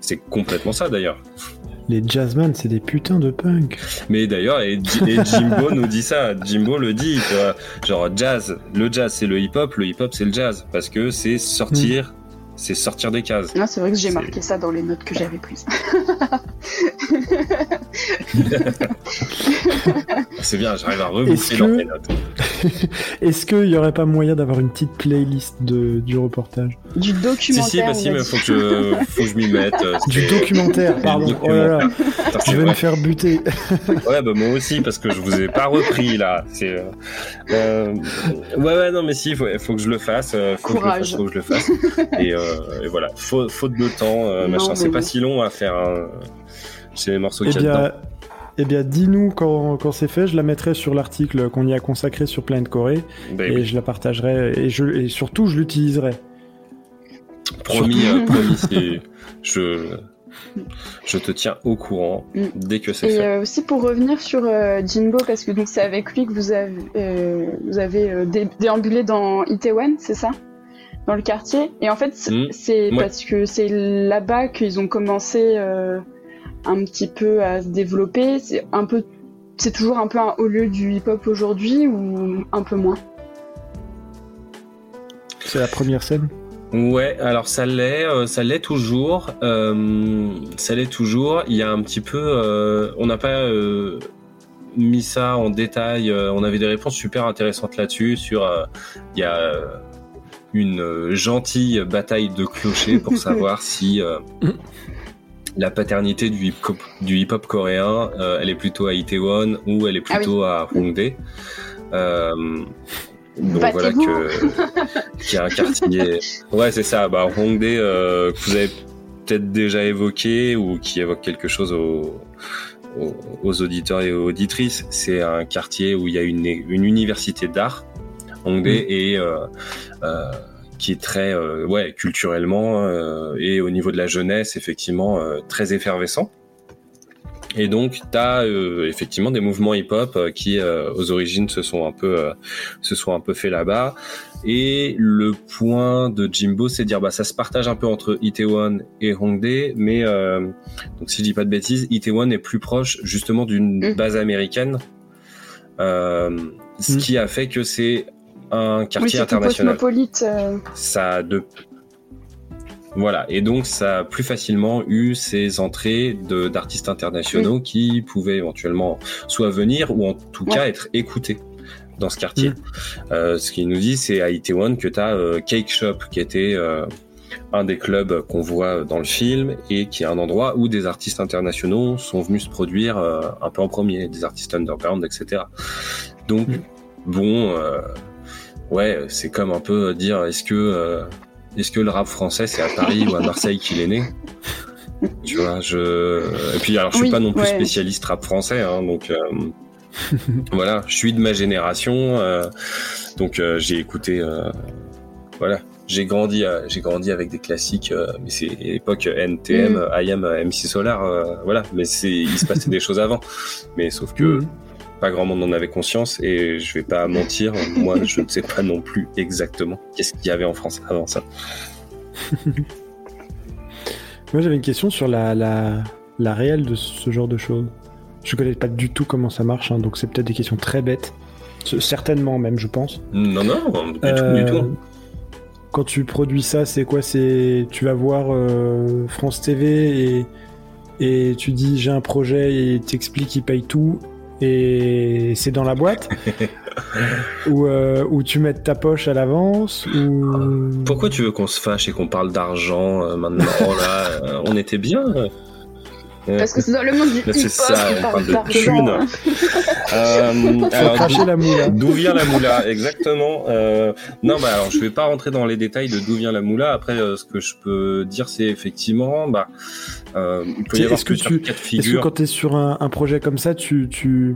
C'est complètement ça d'ailleurs. Les jazzman, c'est des putains de punk. Mais d'ailleurs, et Jimbo nous dit ça. Jimbo le dit, tu vois, genre le jazz c'est le hip-hop c'est le jazz, parce que c'est sortir des cases. Non, c'est vrai que j'ai marqué ça dans les notes que j'avais prises. C'est bien, j'arrive à reboucler dans mes notes. Est-ce qu'il n'y aurait pas moyen d'avoir une petite playlist du reportage? Du documentaire. Si, mais faut que je m'y mette. Du documentaire, pardon. Oh là là. Je vais me faire buter. Ouais, bah moi aussi, parce que je vous ai pas repris là. Ouais, non, mais si, faut que je le fasse. Courage. Faut que je le fasse. Et voilà, faute de temps, machin. C'est pas si long à faire. C'est les morceaux qu'il y a dedans. Eh bien, dis-nous quand c'est fait, je la mettrai sur l'article qu'on y a consacré sur Planet Corée, et je la partagerai, et surtout, je l'utiliserai. Promis, je te tiens au courant dès que c'est fait. Et aussi pour revenir sur Jimbo, parce que donc c'est avec lui que vous avez déambulé dans Itaewon, c'est ça? Dans le quartier. Et en fait, c'est parce que c'est là-bas qu'ils ont commencé un petit peu à se développer. C'est toujours un peu un haut lieu du hip-hop aujourd'hui, ou un peu moins? C'est la première scène? Ouais, alors ça l'est toujours. Ça l'est toujours. Il y a un petit peu, on n'a pas mis ça en détail. On avait des réponses super intéressantes là-dessus. Il y a une gentille bataille de clochers pour savoir si la paternité du hip-hop coréen, elle est plutôt à Itaewon ou elle est plutôt à Hongdae. Donc voilà qu'il y a un quartier. Ouais, c'est ça. Bah, Hongdae, que vous avez peut-être déjà évoqué ou qui évoque quelque chose aux auditeurs et aux auditrices. C'est un quartier où il y a une université d'art, Hongdae, et qui est très, culturellement et au niveau de la jeunesse, effectivement, très effervescent. Et donc, t'as effectivement des mouvements hip-hop qui, aux origines, se sont un peu fait là-bas. Et le point de Jimbo, c'est de dire, ça se partage un peu entre Itaewon et Hongdae, mais donc si je dis pas de bêtises, Itaewon est plus proche justement d'une base américaine, ce qui a fait que c'est un quartier international. Cosmopolite. Voilà, et donc ça a plus facilement eu ces entrées d'artistes internationaux qui pouvaient éventuellement soit venir ou en tout cas être écoutés dans ce quartier. Ce qu'il nous dit, c'est à Itaewon que t'as Cake Shop, qui était un des clubs qu'on voit dans le film et qui est un endroit où des artistes internationaux sont venus se produire un peu en premier, des artistes underground, etc. Donc, c'est comme un peu dire, est-ce que le rap français, c'est à Paris ou à Marseille qu'il est né? Tu vois, et puis alors, je suis pas non plus spécialiste rap français, hein, donc voilà, je suis de ma génération, donc j'ai écouté, j'ai grandi avec des classiques, mais c'est l'époque NTM, IAM, MC Solar, mais il se passait des choses avant, mais sauf que pas grand monde en avait conscience, et je vais pas mentir, moi je ne sais pas non plus exactement qu'est-ce qu'il y avait en France avant ça. Moi j'avais une question sur la réelle de ce genre de choses. Je connais pas du tout comment ça marche, donc c'est peut-être des questions très bêtes, certainement même, je pense. Non, du tout. Quand tu produis ça, c'est quoi? Tu vas voir France TV et tu dis j'ai un projet et t'expliques, ils payent tout et c'est dans la boîte ou tu mets ta poche à l'avance ou... Pourquoi tu veux qu'on se fâche et qu'on parle d'argent maintenant? Là, on était bien. Parce que c'est dans le monde du hip-hop, c'est ça, on parle de thunes. Alors, cracher la moula. D'où vient la moula, exactement. Non, alors je vais pas rentrer dans les détails de d'où vient la moula. Après, ce que je peux dire, c'est effectivement, il peut y avoir plusieurs cas de figure. Est-ce que quand t'es sur un projet comme ça, tu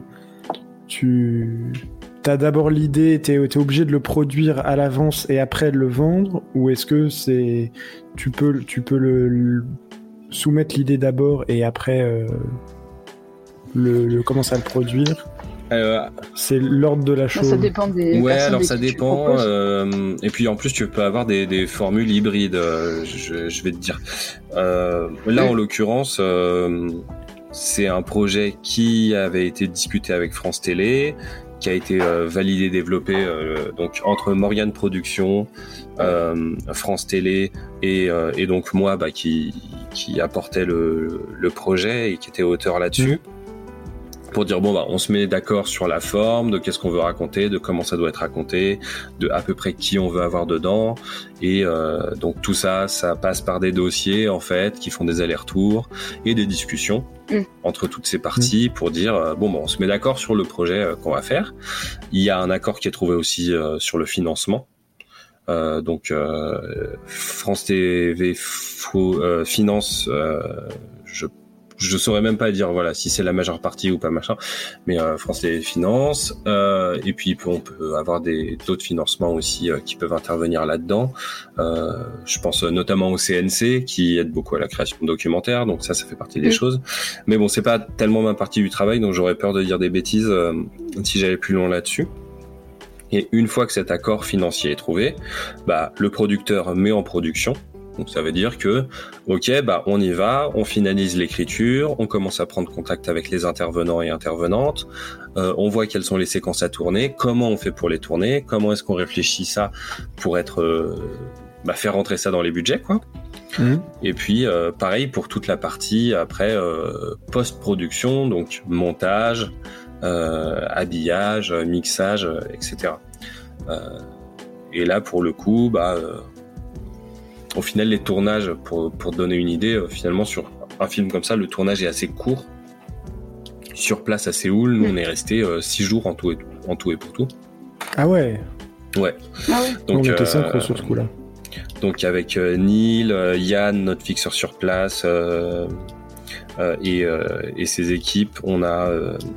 t'as d'abord l'idée, t'es obligé de le produire à l'avance et après de le vendre, ou est-ce que tu peux le soumettre l'idée d'abord et après commencer à le produire? C'est l'ordre de la chose. Ça dépend des Ouais, personnes alors ça avec qui tu dépend. proposes. Et puis en plus, tu peux avoir des formules hybrides. Je vais te dire. Là, en l'occurrence, c'est un projet qui avait été discuté avec France Télé, qui a été validé, développé donc entre Morgane Productions, France Télé et donc moi, qui apportait le projet et qui était auteur là-dessus. Pour dire on se met d'accord sur la forme, de qu'est-ce qu'on veut raconter, de comment ça doit être raconté, de à peu près qui on veut avoir dedans, et donc tout ça passe par des dossiers en fait qui font des allers-retours et des discussions entre toutes ces parties pour dire on se met d'accord sur le projet qu'on va faire. Il y a un accord qui est trouvé aussi sur le financement. Donc France TV finance, je saurais même pas dire si c'est la majeure partie ou pas machin, mais France TV finance, et puis on peut avoir d'autres financements aussi qui peuvent intervenir là-dedans. Je pense notamment au CNC qui aide beaucoup à la création de documentaires, donc ça fait partie des choses. Mais c'est pas tellement ma partie du travail, donc j'aurais peur de dire des bêtises si j'allais plus loin là-dessus. Et une fois que cet accord financier est trouvé, le producteur met en production. Donc ça veut dire que, on y va, on finalise l'écriture, on commence à prendre contact avec les intervenants et intervenantes, on voit quelles sont les séquences à tourner, comment on fait pour les tourner, comment est-ce qu'on réfléchit ça pour faire rentrer ça dans les budgets, quoi. Et puis pareil pour toute la partie après post-production, donc montage, habillage, mixage, etc. Et là pour le coup, au final, les tournages, pour donner une idée, finalement, sur un film comme ça, le tournage est assez court. Sur place à Séoul, nous, on est resté 6 jours en tout et pour tout. Ah ouais. Ouais. Donc, on était synchro sur ce coup-là. Donc, avec Neil, Yann, notre fixeur sur place, et ses équipes, on a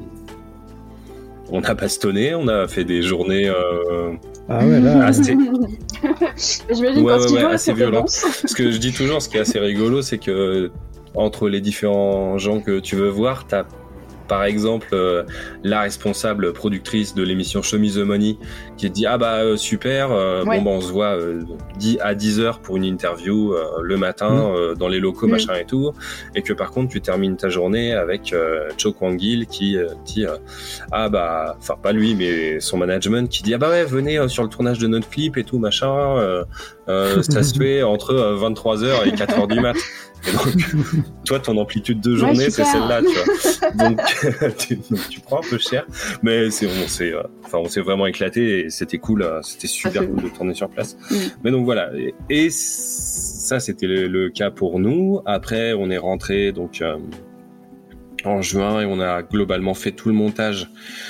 bastonné, on a fait des journées... Ah ouais, là... J'imagine assez violent. Ce que je dis toujours, ce qui est assez rigolo, c'est que entre les différents gens que tu veux voir, t'as par exemple la responsable productrice de l'émission Show Me the Money qui te dit super, on se voit à 10h pour une interview le matin dans les locaux machin et tout, et que par contre tu termines ta journée avec Cho Kwang-il qui dit pas lui mais son management qui dit venez sur le tournage de notre clip et tout machin, ça se fait entre 23h et 4h du mat. Et donc, toi, ton amplitude de journée, c'est celle-là, tu vois. Donc, tu prends un peu cher, mais on s'est vraiment éclaté et c'était cool, c'était super cool de tourner sur place. Mais donc voilà. Et ça, c'était le cas pour nous. Après, on est rentré donc en juin et on a globalement fait tout le montage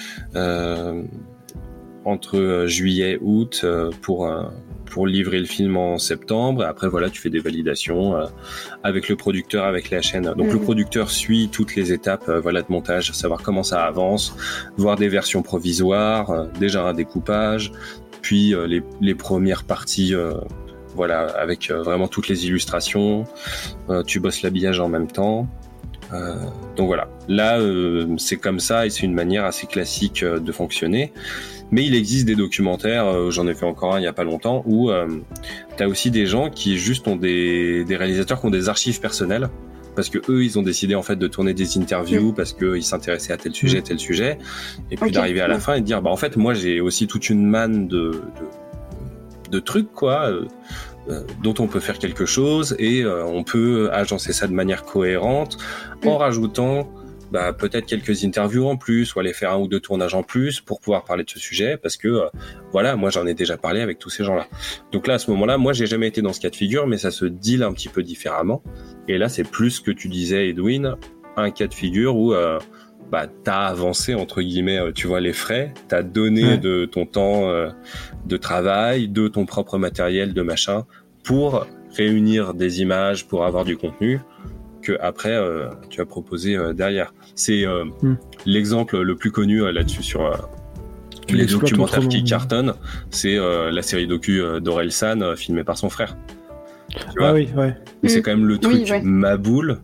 entre juillet, août pour livrer le film en septembre. Après, tu fais des validations avec le producteur, avec la chaîne. Donc, le producteur suit toutes les étapes de montage, savoir comment ça avance, voir des versions provisoires, déjà un découpage, puis les premières parties, avec vraiment toutes les illustrations. Tu bosses l'habillage en même temps. Donc voilà. Là, c'est comme ça et c'est une manière assez classique de fonctionner. Mais il existe des documentaires, j'en ai fait encore un il y a pas longtemps, où t'as aussi des gens qui juste ont des réalisateurs qui ont des archives personnelles, parce que eux ils ont décidé en fait de tourner des interviews parce que ils s'intéressaient à tel sujet, et puis d'arriver à la fin et de dire en fait moi j'ai aussi toute une manne de trucs dont on peut faire quelque chose et on peut agencer ça de manière cohérente en rajoutant peut-être quelques interviews en plus ou aller faire 1 ou 2 tournages en plus pour pouvoir parler de ce sujet parce que moi j'en ai déjà parlé avec tous ces gens-là. Donc là à ce moment-là, moi j'ai jamais été dans ce cas de figure mais ça se deal un petit peu différemment et là c'est plus ce que tu disais Edwin, un cas de figure où t'as avancé entre guillemets tu vois les frais, t'as donné de ton temps de travail, de ton propre matériel, de machin pour réunir des images, pour avoir du contenu que après tu as proposé derrière. C'est l'exemple le plus connu là-dessus sur les documentaires qui cartonnent, c'est la série docu d'Orelsan filmée par son frère. Tu vois oui, ouais. Et c'est quand même le truc ma boule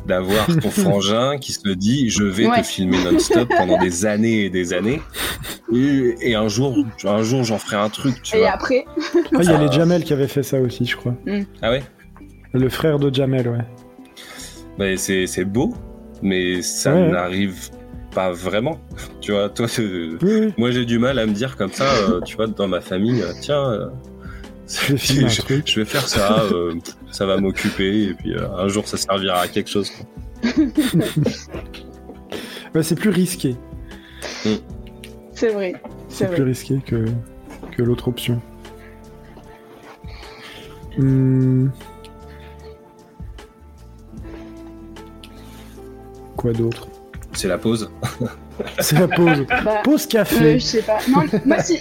d'avoir ton frangin qui se dit je vais te filmer non-stop pendant des années et des années et un jour j'en ferai un truc, tu vois. Et après il y a les Jamel qui avaient fait ça aussi, je crois. Ah ouais, le frère de Jamel, ouais. Bah, c'est beau, mais ça n'arrive pas vraiment, tu vois. Toi, moi j'ai du mal à me dire comme ça, tu vois, dans ma famille, tiens, je vais faire ça, ça va m'occuper, et puis un jour ça servira à quelque chose, quoi. Bah, c'est plus risqué. C'est vrai. C'est plus risqué que l'autre option. Quoi d'autre ? C'est la pause. C'est la pause. Pause café. Je sais pas. Non, moi, si,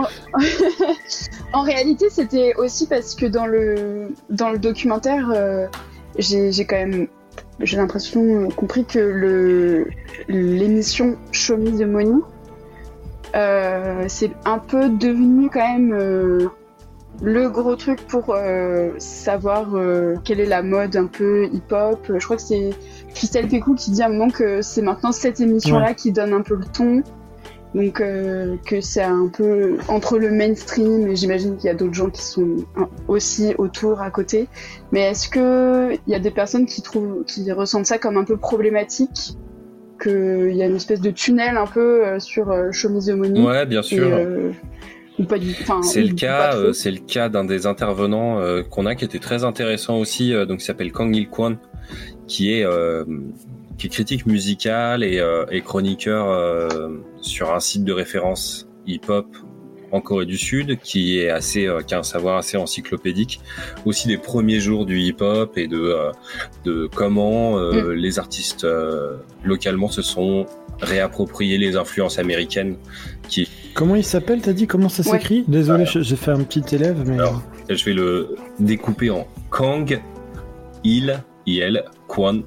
en réalité, c'était aussi parce que dans le documentaire, j'ai quand même, j'ai l'impression, compris que l'émission Show Me the Money, c'est un peu devenu quand même le gros truc pour savoir quelle est la mode un peu hip-hop. Je crois que c'est Christelle Pécou qui dit à un moment que c'est maintenant cette émission-là qui donne un peu le ton. Donc que c'est un peu entre le mainstream, et j'imagine qu'il y a d'autres gens qui sont aussi autour, à côté. Mais est-ce que il y a des personnes qui ressentent ça comme un peu problématique, qu'il y a une espèce de tunnel un peu sur Show Me the Money? Ouais, bien sûr. Ou pas du, c'est le cas d'un des intervenants qu'on a qui était très intéressant aussi, donc qui s'appelle Kang Il Kwon, qui est critique musical et chroniqueur sur un site de référence hip-hop en Corée du Sud, qui a un savoir assez encyclopédique, aussi des premiers jours du hip-hop et de comment les artistes localement se sont réappropriés les influences américaines. Comment il s'appelle, t'as dit? Comment ça s'écrit? Désolé, j'ai fait un petit élève, mais... Alors, je vais le découper en Kang Il Kwon,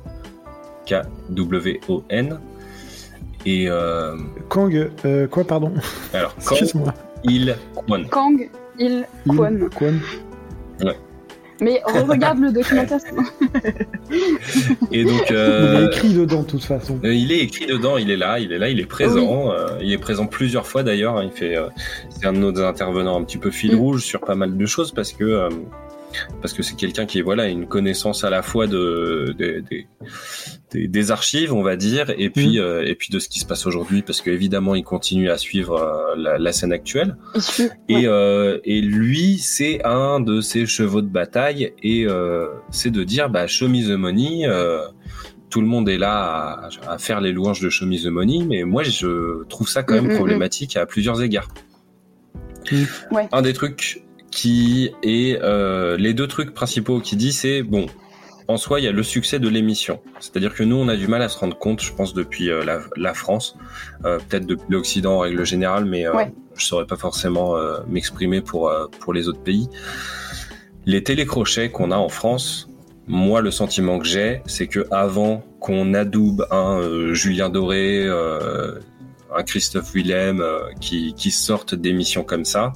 Kwon, et Kang, quoi, pardon? Alors, excuse-moi. Il Kwon. Kang Il Kwon. Ouais. Mais regarde le documentaire. Et donc, il est écrit dedans, de toute façon. Il est écrit dedans, il est là, il est présent. Il est présent plusieurs fois d'ailleurs. Il fait, c'est un de nos intervenants un petit peu fil rouge sur pas mal de choses, parce que c'est quelqu'un qui a une connaissance à la fois des archives, on va dire, et puis de ce qui se passe aujourd'hui, parce qu'évidemment il continue à suivre la scène actuelle. Et lui, c'est un de ses chevaux de bataille, et c'est de dire Show Me the Money. Tout le monde est là à faire les louanges de Show Me the Money, mais moi je trouve ça quand même problématique à plusieurs égards. Un des trucs qui est les deux trucs principaux qu'il dit, c'est bon, en soi il y a le succès de l'émission, c'est-à-dire que nous on a du mal à se rendre compte, je pense, depuis la France, peut-être depuis l'Occident en règle générale, mais je saurais pas forcément m'exprimer pour les autres pays. Les télécrochets qu'on a en France, moi le sentiment que j'ai, c'est que avant qu'on adoube un Julien Doré, un Christophe Willem qui sortent d'émissions comme ça,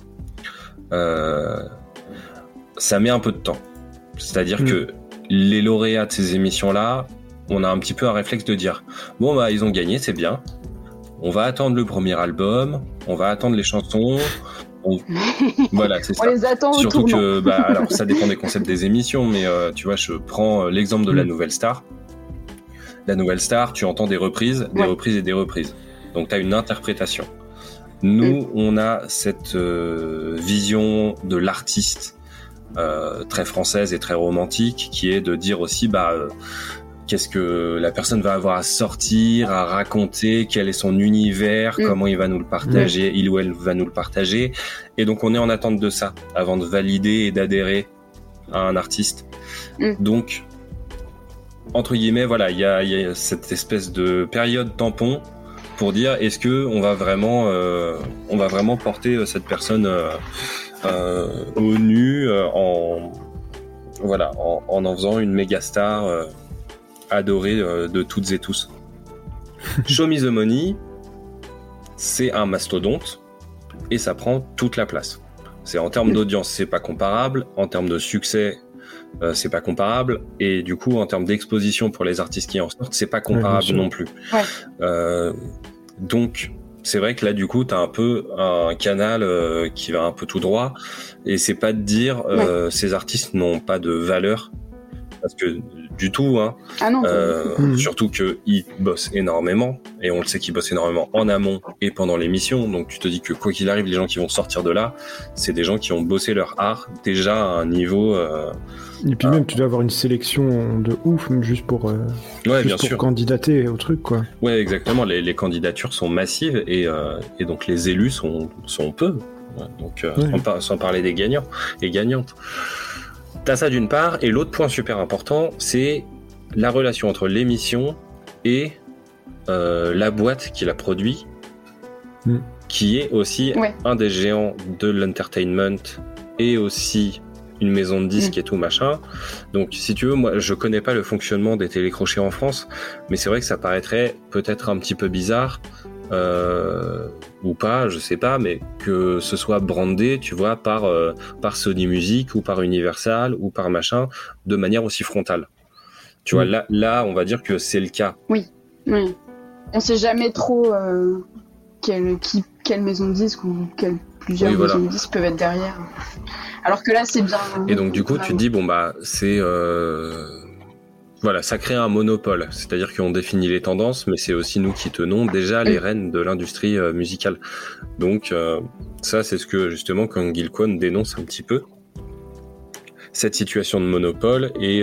ça met un peu de temps. C'est-à-dire que les lauréats de ces émissions-là, on a un petit peu un réflexe de dire bon ils ont gagné, c'est bien. On va attendre le premier album, on va attendre les chansons. Voilà, c'est ça. On les attend surtout au que alors ça dépend des concepts des émissions, mais tu vois, je prends l'exemple de la Nouvelle Star. La Nouvelle Star, tu entends des reprises, des reprises et des reprises. Donc tu as une interprétation. Nous, on a cette vision de l'artiste très française et très romantique, qui est de dire aussi qu'est-ce que la personne va avoir à sortir, à raconter, quel est son univers, comment il va nous le partager, il ou elle va nous le partager. Et donc on est en attente de ça avant de valider et d'adhérer à un artiste. Donc, entre guillemets, voilà, il y a cette espèce de période tampon pour dire est-ce que on va vraiment porter cette personne au nu en faisant une méga star adorée de toutes et tous. Show Me the Money, c'est un mastodonte et ça prend toute la place. C'est en termes d'audience, c'est pas comparable. En termes de succès, c'est pas comparable, et du coup en termes d'exposition pour les artistes qui en sortent, c'est pas comparable non plus. Donc c'est vrai que là du coup t'as un peu un canal qui va un peu tout droit, et c'est pas de dire ces artistes n'ont pas de valeur, parce que du tout, hein. Ah non, surtout qu'ils bossent énormément, et on le sait qu'ils bossent énormément en amont et pendant l'émission, donc tu te dis que quoi qu'il arrive, les gens qui vont sortir de là, c'est des gens qui ont bossé leur art déjà à un niveau... et puis même, tu dois avoir une sélection de ouf, juste pour candidater au truc, quoi. Ouais, exactement, les candidatures sont massives, et donc les élus sont peu, donc sans parler des gagnants et gagnantes. T'as ça d'une part, et l'autre point super important, c'est la relation entre l'émission et la boîte qui la produit, qui est aussi un des géants de l'entertainment, et aussi une maison de disques et tout machin. Donc si tu veux, moi je connais pas le fonctionnement des télécrochets en France, mais c'est vrai que ça paraîtrait peut-être un petit peu bizarre, ou pas, je sais pas, mais que ce soit brandé, tu vois, par Sony Music ou par Universal ou par machin, de manière aussi frontale. Tu vois, là, on va dire que c'est le cas. Oui. On sait jamais trop quelle maison de disques ou plusieurs maisons de disques peuvent être derrière. Alors que là, c'est bien. Et donc, du coup, tu te dis, bon, bah, c'est... Voilà, ça crée un monopole, c'est-à-dire qu'on définit les tendances, mais c'est aussi nous qui tenons déjà les rênes de l'industrie musicale. Donc ça, c'est ce que justement Kang Il Kwon dénonce un petit peu, cette situation de monopole, et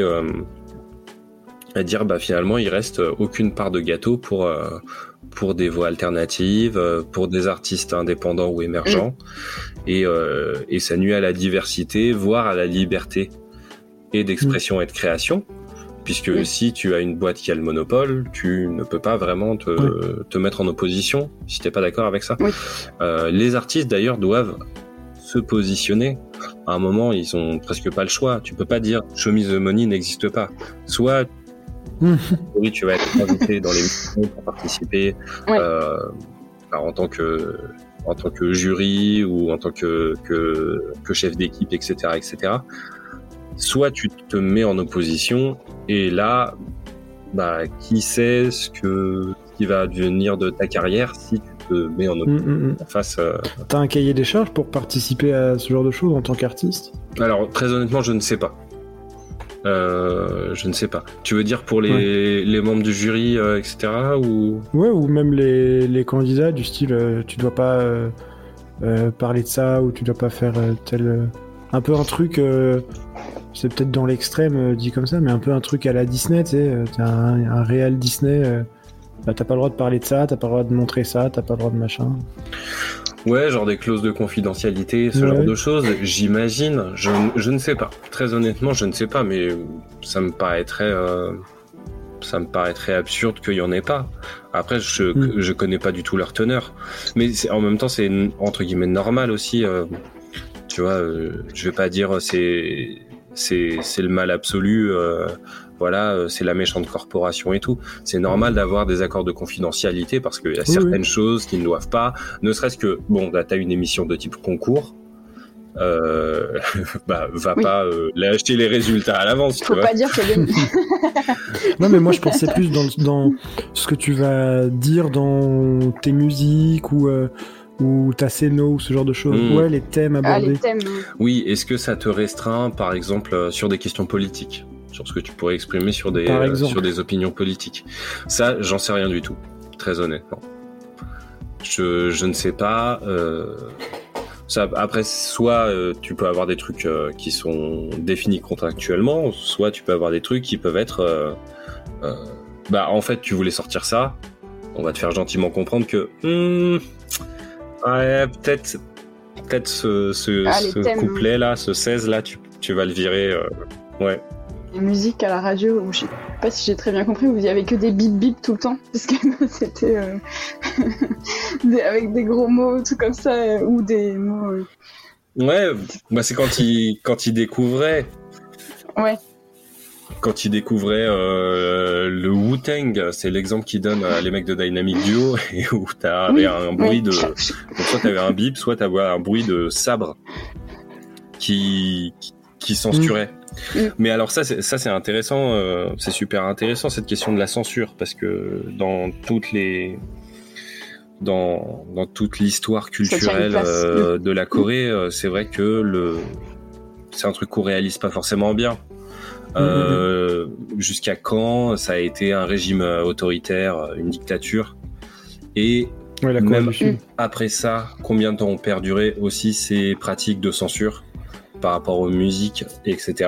à dire bah finalement il reste aucune part de gâteau pour des voix alternatives, pour des artistes indépendants ou émergents, et ça nuit à la diversité, voire à la liberté et d'expression et de création. Puisque si tu as une boîte qui a le monopole, tu ne peux pas vraiment te mettre en opposition si t'es pas d'accord avec ça. Les artistes d'ailleurs doivent se positionner. À un moment, ils ont presque pas le choix. Tu peux pas dire Show Me the Money n'existe pas. Soit tu vas être invité dans l'émission pour participer en tant que jury ou en tant que chef d'équipe, etc., etc. Soit tu te mets en opposition, et là, bah, qui sait ce qui va advenir de ta carrière si tu te mets en opposition face. T'as un cahier des charges pour participer à ce genre de choses en tant qu'artiste ? Alors, très honnêtement, je ne sais pas. Je ne sais pas. Tu veux dire pour les membres du jury, etc. ou... Ouais, ou même les candidats du style, tu dois pas parler de ça, ou tu dois pas faire tel... un peu un truc... c'est peut-être dans l'extrême dit comme ça, mais un peu un truc à la Disney, tu sais, t'as un réel Disney, bah, t'as pas le droit de parler de ça, t'as pas le droit de montrer ça, t'as pas le droit de machin. Ouais, genre des clauses de confidentialité, ce genre de choses, j'imagine, je ne sais pas. Très honnêtement, je ne sais pas, mais ça me paraîtrait absurde qu'il y en ait pas. Après, je connais pas du tout leur teneur, mais en même temps, c'est entre guillemets normal aussi. Tu vois, je vais pas dire c'est le mal absolu, c'est la méchante corporation et tout. C'est normal d'avoir des accords de confidentialité parce qu'il y a certaines choses qui ne doivent pas, ne serait-ce que, bon, là, t'as une émission de type concours, va pas acheter les résultats à l'avance, tu vois. Faut pas dire que Non, mais moi je pensais plus dans ce que tu vas dire dans tes musiques ou ta scéno, ou ce genre de choses. Ouais, les thèmes abordés. Les thèmes. Oui, est-ce que ça te restreint, par exemple, sur des questions politiques, sur ce que tu pourrais exprimer sur des opinions politiques? Ça, j'en sais rien du tout, très honnêtement. Je ne sais pas. Ça, après, soit tu peux avoir des trucs qui sont définis contractuellement, soit tu peux avoir des trucs qui peuvent être... en fait, tu voulais sortir ça, on va te faire gentiment comprendre que... ouais, peut-être ce couplet là, ce 16 là, tu vas le virer. Ouais. Les musiques à la radio, je sais pas si j'ai très bien compris, où il y avait que des bip bip tout le temps, parce que c'était avec des gros mots, tout comme ça, ou des mots. Ouais, bah c'est quand ils découvraient. Ouais. Quand ils découvraient le Wu-Tang, c'est l'exemple qu'ils donnent à les mecs de Dynamic Duo, et où t'avais un bruit de... Donc soit t'avais un bip, soit t'avais un bruit de sabre qui censurait. Mais alors ça c'est intéressant, c'est super intéressant cette question de la censure, parce que dans toute l'histoire culturelle de la Corée, c'est vrai que c'est un truc qu'on réalise pas forcément bien. Jusqu'à quand ça a été un régime autoritaire, une dictature, et même après ça, combien de temps ont perduré aussi ces pratiques de censure par rapport aux musiques, etc.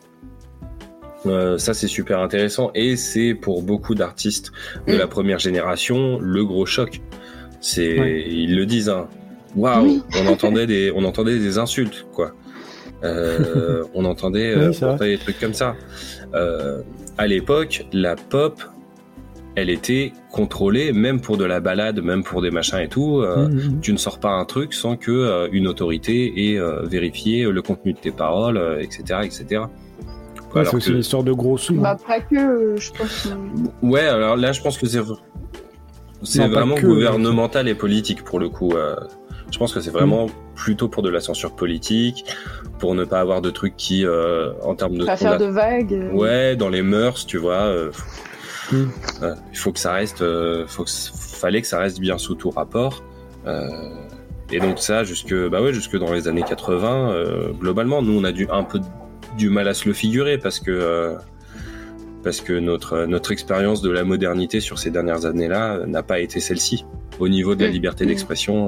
Ça c'est super intéressant, et c'est pour beaucoup d'artistes de la première génération le gros choc. Ils le disent, hein. Waouh, on entendait des insultes, quoi. On entendait des trucs comme ça. À l'époque, la pop, elle était contrôlée, même pour de la balade, même pour des machins et tout. Tu ne sors pas un truc sans que une autorité ait vérifié le contenu de tes paroles, etc., etc. Ouais, c'est aussi une histoire de gros sous. Bah, pas que, je pense. Ouais, alors là, je pense que c'est vraiment gouvernemental et politique pour le coup. Je pense que c'est vraiment plutôt pour de la censure politique, pour ne pas avoir de trucs qui, en termes de... Pas faire de vagues. Ouais, dans les mœurs, tu vois. Il faut que ça reste... fallait que ça reste bien sous tout rapport. Et donc ça, jusque dans les années 80, globalement, nous, on a un peu du mal à se le figurer, parce que notre expérience de la modernité sur ces dernières années-là n'a pas été celle-ci, au niveau de la liberté d'expression,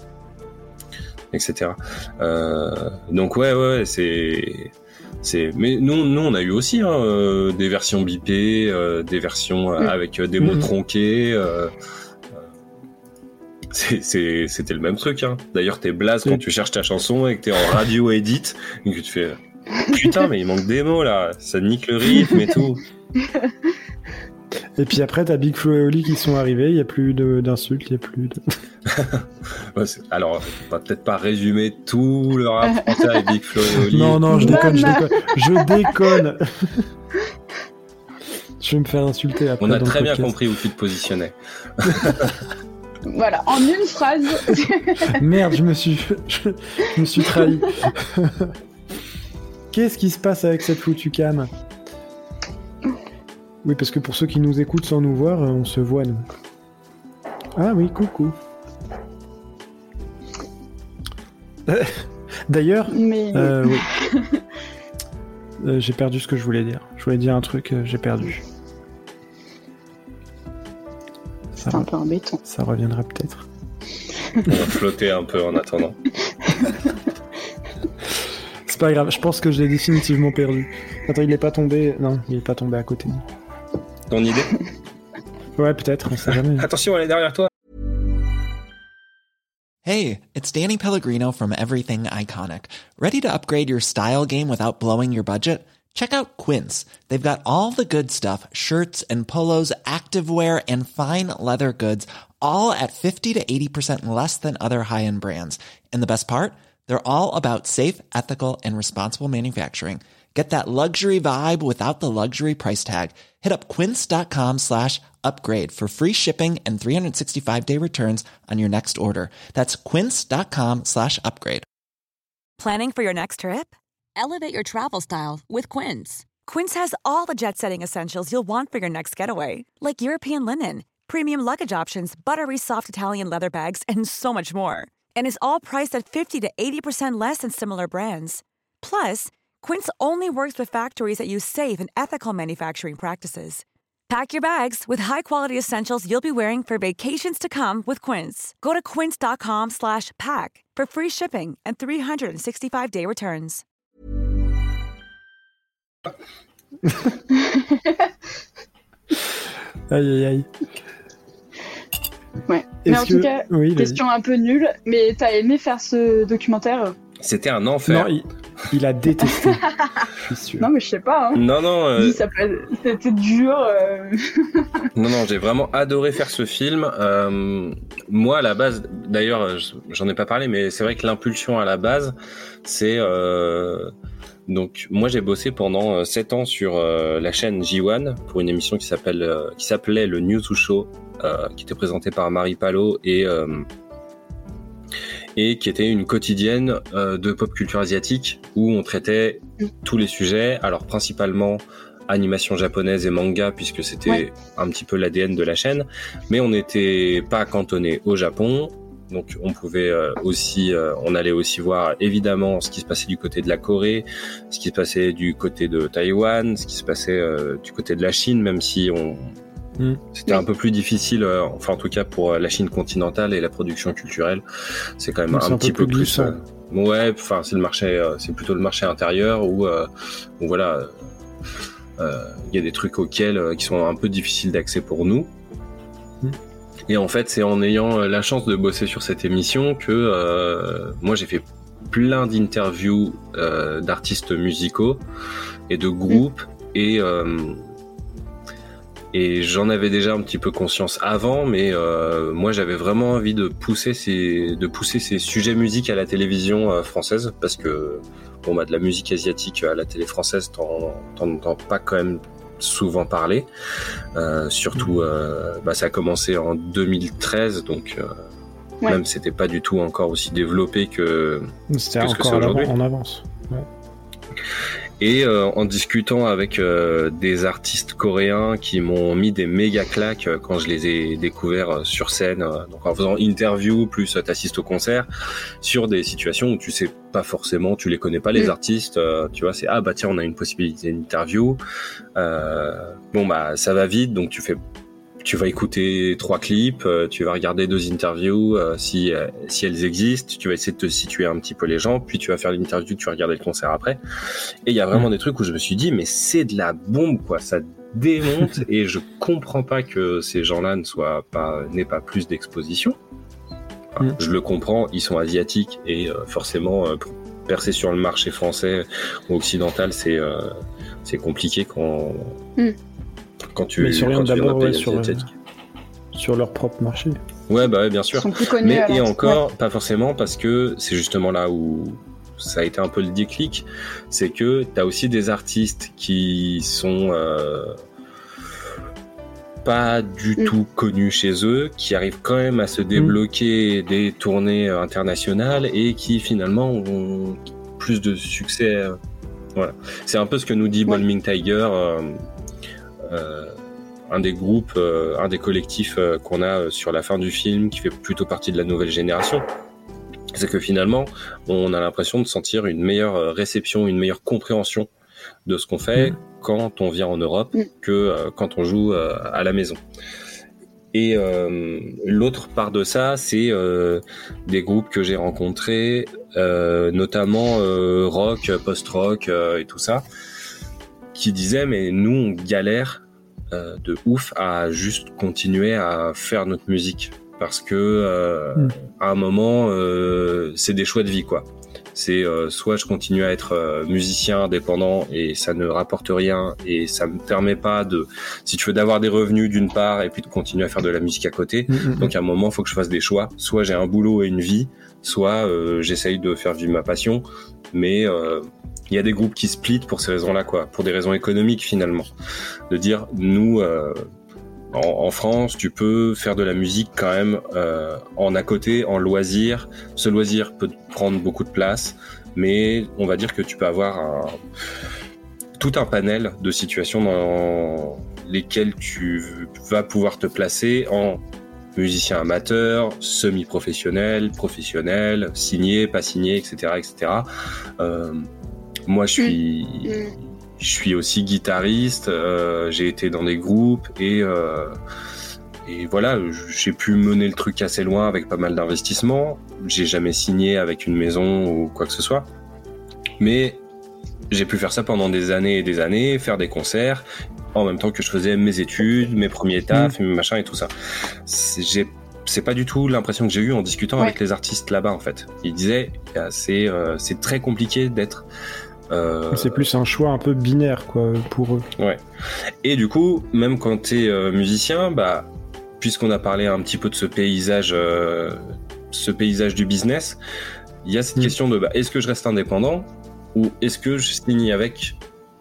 etc. Donc ouais, mais nous on a eu aussi des versions bipées, des versions avec des mots tronqués. C'était le même truc, hein. D'ailleurs, t'es blaze quand tu cherches ta chanson et que t'es en radio edit et que tu fais putain, mais il manque des mots là, ça nique le rythme et tout. Et puis après, t'as Big Flo et Oli qui sont arrivés, il n'y a plus d'insultes, il n'y a plus de... Ouais, alors, on va peut-être pas résumer tout le rap français avec Big Flo et Oli. Non, je déconne. Je vais me faire insulter après. On a très bien compris où tu te positionnais. Voilà, en une phrase. Merde, je me suis trahi. Qu'est-ce qui se passe avec cette foutue cam ? Oui, parce que pour ceux qui nous écoutent sans nous voir, on se voit, nous. Ah oui, coucou. D'ailleurs, oui. J'ai perdu ce que je voulais dire. Je voulais dire un truc, j'ai perdu. C'est un peu embêtant. Ça reviendra peut-être. On va flotter un peu en attendant. C'est pas grave, je pense que je l'ai définitivement perdu. Attends, il est pas tombé... Non, il est pas tombé à côté. Ton idée ? Ouais, peut-être, on sait jamais. Attention, elle est derrière toi. Hey, it's Danny Pellegrino from Everything Iconic. Ready to upgrade your style game without blowing your budget? Check out Quince. They've got all the good stuff, shirts and polos, activewear, and fine leather goods, all at 50 to 80% less than other high-end brands. And the best part? They're all about safe, ethical, and responsible manufacturing. Get that luxury vibe without the luxury price tag. Hit up quince.com/upgrade for free shipping and 365-day returns on your next order. That's quince.com/upgrade. Planning for your next trip? Elevate your travel style with Quince. Quince has all the jet-setting essentials you'll want for your next getaway, like European linen, premium luggage options, buttery soft Italian leather bags, and so much more. And is all priced at 50 to 80% less than similar brands. Plus, Quince only works with factories that use safe and ethical manufacturing practices. Pack your bags with high-quality essentials you'll be wearing for vacations to come with Quince. Go to quince.com/pack for free shipping and 365-day returns. Aïe. Ouais. Mais en tout cas, question un peu nulle, mais t'as aimé faire ce documentaire ? C'était un enfer. Non, il a détesté. Je suis sûr. Non, mais je sais pas. Hein. Non. C'était dur. Non, j'ai vraiment adoré faire ce film. Moi, à la base, d'ailleurs, j'en ai pas parlé, mais c'est vrai que l'impulsion à la base, c'est... Donc, moi, j'ai bossé pendant 7 ans sur la chaîne J1 pour une émission qui s'appelait le News Show, qui était présentée par Marie Palot et et qui était une quotidienne de pop culture asiatique où on traitait tous les sujets, alors principalement animation japonaise et manga puisque c'était un petit peu l'ADN de la chaîne, mais on n'était pas cantonné au Japon. Donc on pouvait on allait aussi voir évidemment ce qui se passait du côté de la Corée, ce qui se passait du côté de Taïwan, ce qui se passait du côté de la Chine, même si c'était un peu plus difficile, enfin en tout cas pour la Chine continentale et la production culturelle, c'est quand même un petit peu plus. Enfin c'est le marché, c'est plutôt le marché intérieur où voilà, il y a des trucs qui sont un peu difficiles d'accès pour nous. Et en fait, c'est en ayant la chance de bosser sur cette émission que moi j'ai fait plein d'interviews d'artistes musicaux et de groupes et j'en avais déjà un petit peu conscience avant, mais moi j'avais vraiment envie de pousser ces sujets musique à la télévision française parce que de la musique asiatique à la télé française t'en entends pas quand même souvent parler, surtout ça a commencé en 2013 donc même c'était pas du tout encore aussi développé que c'était que encore ce que c'est aujourd'hui. En avance. Et en discutant avec des artistes coréens qui m'ont mis des méga claques quand je les ai découverts sur scène, donc en faisant interview plus t'assistes au concert sur des situations où tu sais pas forcément, tu les connais pas les artistes, tu vois, c'est tiens on a une possibilité d'interview, ça va vite donc tu vas écouter 3 clips, tu vas regarder 2 interviews si elles existent, tu vas essayer de te situer un petit peu les gens, puis tu vas faire l'interview, tu vas regarder le concert après. Et il y a vraiment des trucs où je me suis dit mais c'est de la bombe quoi, ça démonte et je comprends pas que ces gens-là n'aient pas plus d'exposition. Enfin, je le comprends, ils sont asiatiques et forcément pour percer sur le marché français ou occidental, c'est compliqué quand tu s'orientent d'abord viens sur leur propre marché. Ouais, bien sûr. Ils sont plus connus. Mais et encore, pas forcément, parce que c'est justement là où ça a été un peu le déclic, c'est que t'as aussi des artistes qui sont pas du tout connus chez eux, qui arrivent quand même à se débloquer des tournées internationales et qui finalement ont plus de succès. Voilà. C'est un peu ce que nous dit Balming Tiger, un des groupes, un des collectifs qu'on a sur la fin du film, qui fait plutôt partie de la nouvelle génération. C'est que finalement, on a l'impression de sentir une meilleure réception, une meilleure compréhension de ce qu'on fait quand on vient en Europe que quand on joue à la maison. Et l'autre part de ça, c'est des groupes que j'ai rencontrés, notamment rock, post-rock et tout ça, qui disaient mais nous on galère de ouf à juste continuer à faire notre musique parce que à un moment c'est des choix de vie quoi. C'est soit je continue à être musicien indépendant et ça ne rapporte rien et ça me permet pas si tu veux d'avoir des revenus d'une part et puis de continuer à faire de la musique à côté. Donc à un moment faut que je fasse des choix, soit j'ai un boulot et une vie, soit j'essaye de faire vivre ma passion, mais il y a des groupes qui splitent pour ces raisons-là, quoi, pour des raisons économiques finalement. De dire, nous, en France, tu peux faire de la musique quand même en à côté, en loisir. Ce loisir peut prendre beaucoup de place, mais on va dire que tu peux avoir tout un panel de situations dans lesquelles tu vas pouvoir te placer en musicien amateur, semi-professionnel, professionnel, signé, pas signé, etc., etc. Moi, je suis aussi guitariste. J'ai été dans des groupes et voilà, j'ai pu mener le truc assez loin avec pas mal d'investissements. J'ai jamais signé avec une maison ou quoi que ce soit, mais j'ai pu faire ça pendant des années et des années, faire des concerts en même temps que je faisais mes études, mes premiers tafs, mes machins et tout ça. C'est pas du tout l'impression que j'ai eue en discutant avec les artistes là-bas en fait. Ils disaient c'est très compliqué d'être. C'est plus un choix un peu binaire quoi pour eux. Ouais. Et du coup, même quand t'es musicien, puisqu'on a parlé un petit peu de ce paysage du business, il y a cette question de est-ce que je reste indépendant ou est-ce que je signe avec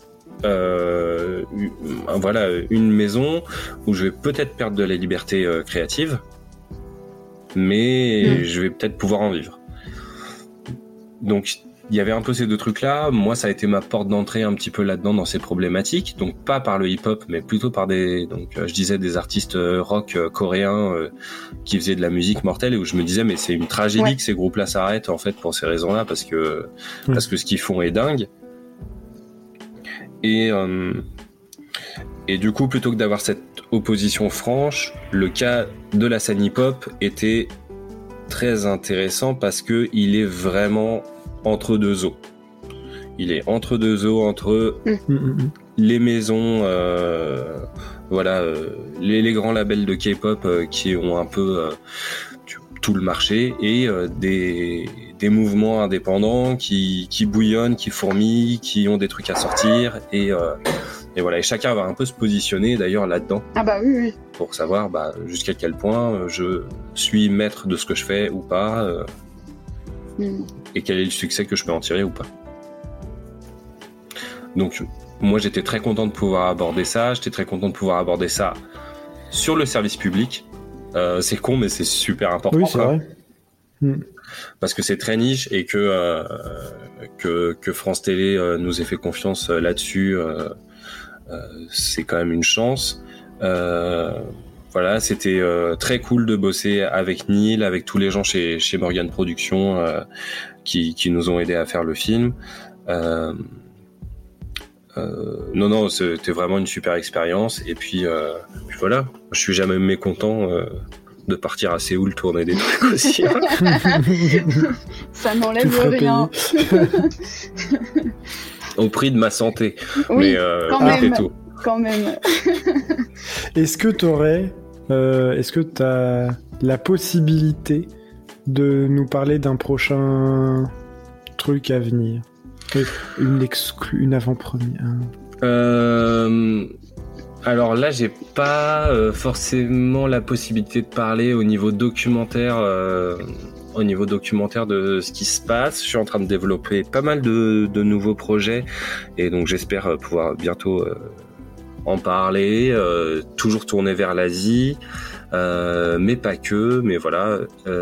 une maison où je vais peut-être perdre de la liberté créative, mais je vais peut-être pouvoir en vivre. Donc il y avait un peu ces deux trucs-là. Moi, ça a été ma porte d'entrée un petit peu là-dedans dans ces problématiques. Donc pas par le hip-hop, mais plutôt par je disais des artistes rock coréens qui faisaient de la musique mortelle et où je me disais mais c'est une tragédie que ces groupes-là s'arrêtent en fait pour ces raisons-là parce que ce qu'ils font est dingue. Et du coup, plutôt que d'avoir cette opposition franche, le cas de la scène hip-hop était très intéressant parce que il est vraiment entre deux eaux. Il est entre deux eaux, entre les maisons, les grands labels de K-pop qui ont un peu tout le marché et des mouvements indépendants qui bouillonnent, qui fourmillent, qui ont des trucs à sortir et voilà. Et chacun va un peu se positionner d'ailleurs là-dedans. Ah bah oui. Pour savoir jusqu'à quel point je suis maître de ce que je fais ou pas. Et quel est le succès que je peux en tirer ou pas. Donc moi j'étais très content de pouvoir aborder ça, sur le service public. C'est con mais c'est super important. Oui, c'est vrai. Parce que c'est très niche et que France Télé nous ait fait confiance là-dessus, c'est quand même une chance. Voilà, c'était très cool de bosser avec Neil, avec tous les gens chez Morgan Productions qui nous ont aidés à faire le film. Non, c'était vraiment une super expérience. Et puis voilà, je suis jamais mécontent de partir à Séoul tourner des trucs aussi. Ça n'enlève rien. Au prix de ma santé. Oui, mais c'est tout. Quand même. Est-ce que t'as la possibilité de nous parler d'un prochain truc à venir? Une avant-première. Alors là, j'ai pas forcément la possibilité de parler au niveau documentaire de ce qui se passe. Je suis en train de développer pas mal de nouveaux projets et donc j'espère pouvoir bientôt en parler, toujours tourner vers l'Asie, mais pas que, mais voilà,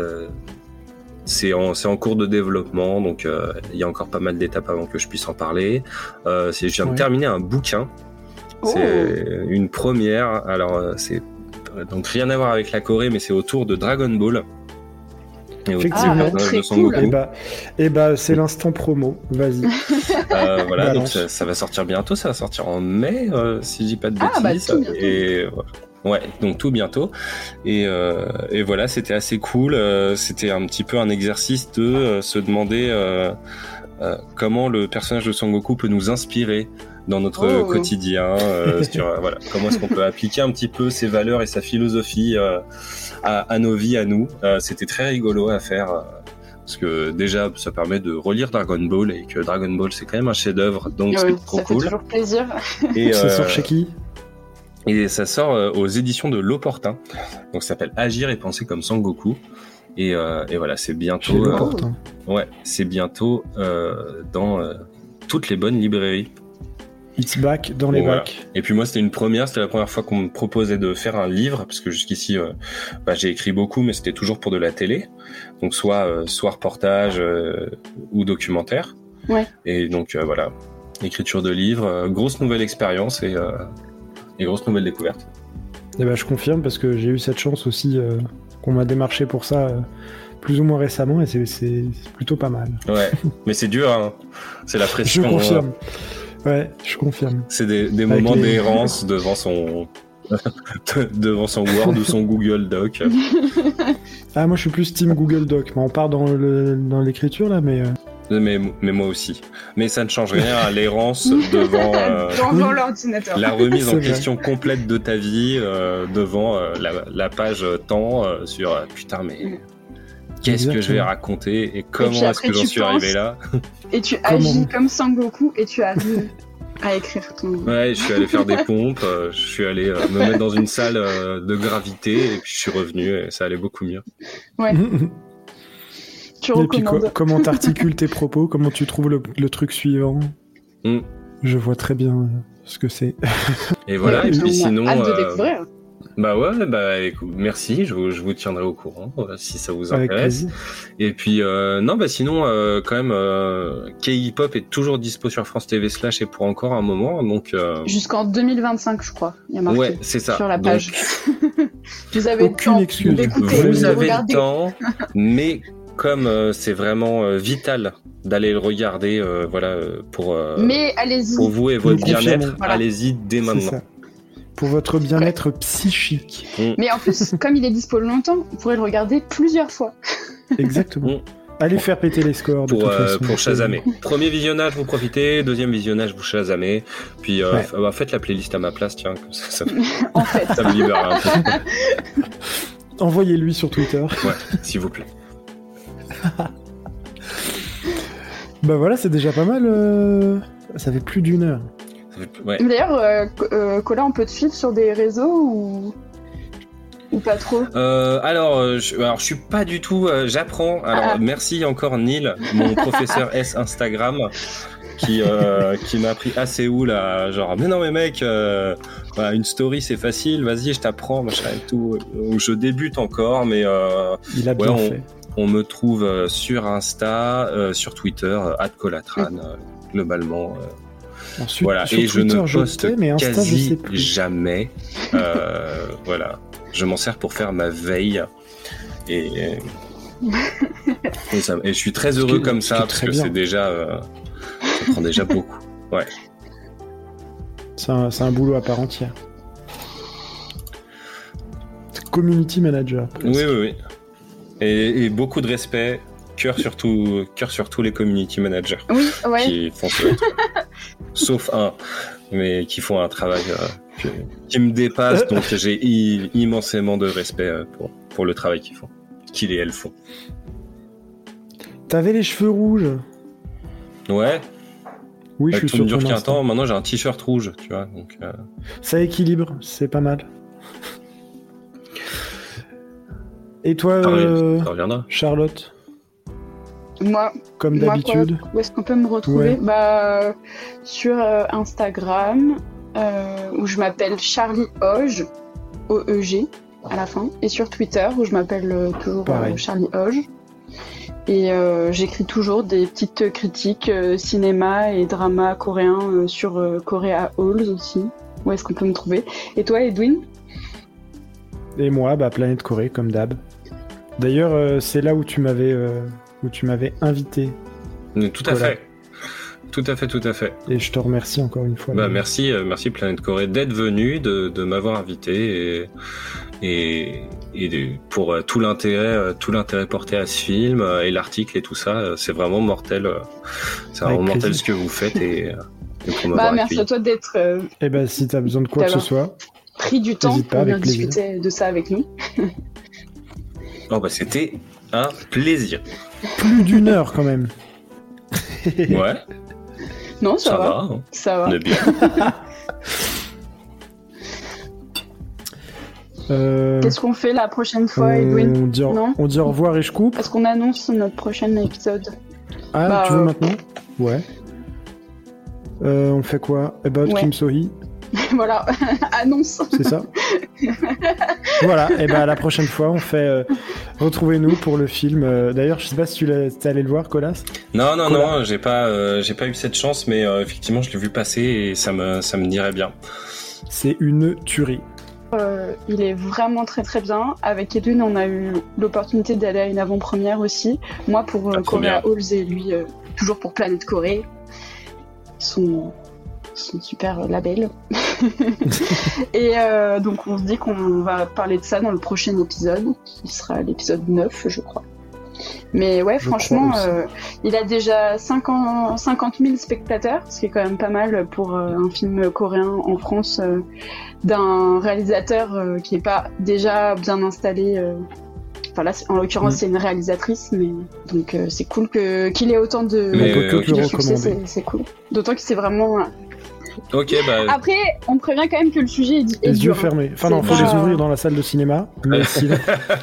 c'est en cours de développement, donc il y a encore pas mal d'étapes avant que je puisse en parler. Je viens de terminer un bouquin, c'est une première, alors c'est donc rien à voir avec la Corée, mais c'est autour de Dragon Ball. Effectivement, très cool. Et bah, c'est l'instant promo. Vas-y. Voilà, donc ça va sortir bientôt. Ça va sortir en mai, si je dis pas de bêtises. Et ouais, donc tout bientôt. Et voilà, c'était assez cool. C'était un petit peu un exercice de se demander comment le personnage de Son Goku peut nous inspirer dans notre quotidien. Voilà, comment est-ce qu'on peut appliquer un petit peu ses valeurs et sa philosophie à nos vies, à nous. C'était très rigolo à faire parce que déjà ça permet de relire Dragon Ball et que Dragon Ball c'est quand même un chef-d'œuvre, donc c'est trop cool. Ça fait toujours plaisir. Et ça sort chez qui? Et ça sort aux éditions de L'Opportun. Donc ça s'appelle Agir et penser comme Sangoku. Et voilà, c'est bientôt. Ouais, c'est bientôt dans toutes les bonnes librairies. It's back dans les bacs. Et puis moi c'était une première, c'était la première fois qu'on me proposait de faire un livre, parce que jusqu'ici j'ai écrit beaucoup, mais c'était toujours pour de la télé, donc soit reportage ou documentaire. Ouais. Et donc voilà, écriture de livre, grosse nouvelle expérience et grosse nouvelle découverte. Et je confirme parce que j'ai eu cette chance aussi qu'on m'a démarché pour ça plus ou moins récemment et c'est plutôt pas mal. Ouais, mais c'est dur, hein. C'est la pression. Je confirme. Ouais, je confirme. C'est des moments d'errance devant son Word ou son Google Doc. Ah, moi je suis plus team Google Doc. On part dans l'écriture là, mais moi aussi. Mais ça ne change rien à l'errance devant l'ordinateur. La remise en question complète de ta vie devant la page temps sur putain mais qu'est-ce que je vais raconter et comment est-ce que j'en suis arrivé là. Et tu agis comme Sangoku et tu arrives à écrire ton... Ouais, je suis allé faire des pompes, je suis allé me mettre dans une salle de gravité et puis je suis revenu et ça allait beaucoup mieux. Ouais. Tu recommandes. Et puis comment t'articules tes propos, comment tu trouves le truc suivant. Je vois très bien ce que c'est. Et voilà, et puis sinon... Hâte de découvrir. Bah ouais, bah écoute, merci, je vous tiendrai au courant si ça vous intéresse. Et puis non, bah sinon quand même K-Hip-Hop est toujours dispo sur France TV / et pour encore un moment, donc jusqu'en 2025 je crois. Il y a marqué ouais, c'est ça. sur la page. Donc... vous avez aucune excuse. Vous avez le temps, mais comme c'est vraiment vital d'aller le regarder, voilà pour. Mais allez-y. Pour vous et votre bien-être, voilà. Allez-y dès maintenant. Pour votre bien-être psychique. Mais en plus, comme il est dispo longtemps, vous pourrez le regarder plusieurs fois. Exactement. Allez faire péter les scores de toute façon. Pour chasamer. Premier visionnage, vous profitez. Deuxième visionnage, vous chasamez. Puis faites la playlist à ma place, tiens. Comme ça en fait. Ça me libère un peu. Envoyez-lui sur Twitter. Ouais, s'il vous plaît. Bah voilà, c'est déjà pas mal. Ça fait plus d'1 heure. Ouais. D'ailleurs, Colin, on peut te suivre sur des réseaux ou pas trop alors, je suis pas du tout. J'apprends. Alors, merci encore Neil, mon professeur S Instagram, qui m'a appris à Séoul à genre. Mais non, mais mec, une story c'est facile. Vas-y, je t'apprends, machin et tout. Je débute encore, mais il a bien fait. On me trouve sur Insta, sur Twitter, @colatran, globalement. Ensuite, voilà, sur et Twitter, je ne poste Insta, quasi jamais. Voilà, je m'en sers pour faire ma veille et je suis très heureux comme ça parce que c'est déjà, ça prend déjà beaucoup. Ouais. C'est un boulot à part entière. Community manager. Oui. Et beaucoup de respect. Cœur sur tous les community managers qui font ce truc. Sauf un, mais qui font un travail qui me dépasse, donc j'ai immensément de respect pour le travail qu'ils et elles font. T'avais les cheveux rouges. Ouais. Oui, je suis sûr. Ça ne dure qu'un temps. Maintenant, j'ai un t-shirt rouge, tu vois. Donc. Ça équilibre, c'est pas mal. Et toi, ça reviendra. Charlotte? Moi, comme d'habitude. Où est-ce qu'on peut me retrouver? Sur Instagram, où je m'appelle Charlie Oge, O-E-G à la fin, et sur Twitter où je m'appelle toujours Charlie Oge. Et j'écris toujours des petites critiques cinéma et drama coréen sur Korea Halls aussi. Où est-ce qu'on peut me trouver? Et toi, Edwin? Et moi, Planète Corée, comme d'hab. D'ailleurs, c'est là où tu m'avais invité. Tout à fait. Tout à fait. Et je te remercie encore une fois. Merci Planète Corée d'être venu, de m'avoir invité et pour tout l'intérêt porté à ce film et l'article et tout ça. C'est vraiment mortel. C'est vraiment mortel ce que vous faites et pour m'avoir merci accueilli. à toi d'être. Si t'as besoin de quoi que ce soit. Pris du temps pour venir discuter de ça avec nous. C'était un plaisir. Plus d'1 heure quand même. Ouais. Non, ça va. Hein. Ça va. On est bien. Qu'est-ce qu'on fait la prochaine fois, Edwin? On dit au revoir et je coupe. Est-ce qu'on annonce notre prochain épisode? Tu veux maintenant? Ouais. On fait quoi? About Kim So-hee? Voilà, annonce. C'est ça. Voilà, et la prochaine fois, on fait. Retrouvez-nous pour le film. D'ailleurs, je sais pas si tu t'es allé le voir, Colas. Non, j'ai pas eu cette chance, mais effectivement, je l'ai vu passer et ça me dirait bien. C'est une tuerie. Il est vraiment très très bien. Avec Edwin, on a eu l'opportunité d'aller à une avant-première aussi. Moi pour Korea Halls et lui toujours pour Planète Corée. Son super label. Et donc on se dit qu'on va parler de ça dans le prochain épisode, qui sera l'épisode 9, je crois. Mais ouais, franchement, il a déjà 50 000 spectateurs, ce qui est quand même pas mal pour un film coréen en France, d'un réalisateur qui est pas déjà bien installé. Enfin là, en l'occurrence, c'est une réalisatrice, mais donc c'est cool qu'il ait autant de succès, c'est cool. D'autant que c'est vraiment... Ok, Après, on prévient quand même que le sujet est dur. Les yeux fermés. Enfin non, faut les ouvrir dans la salle de cinéma. Mais sinon...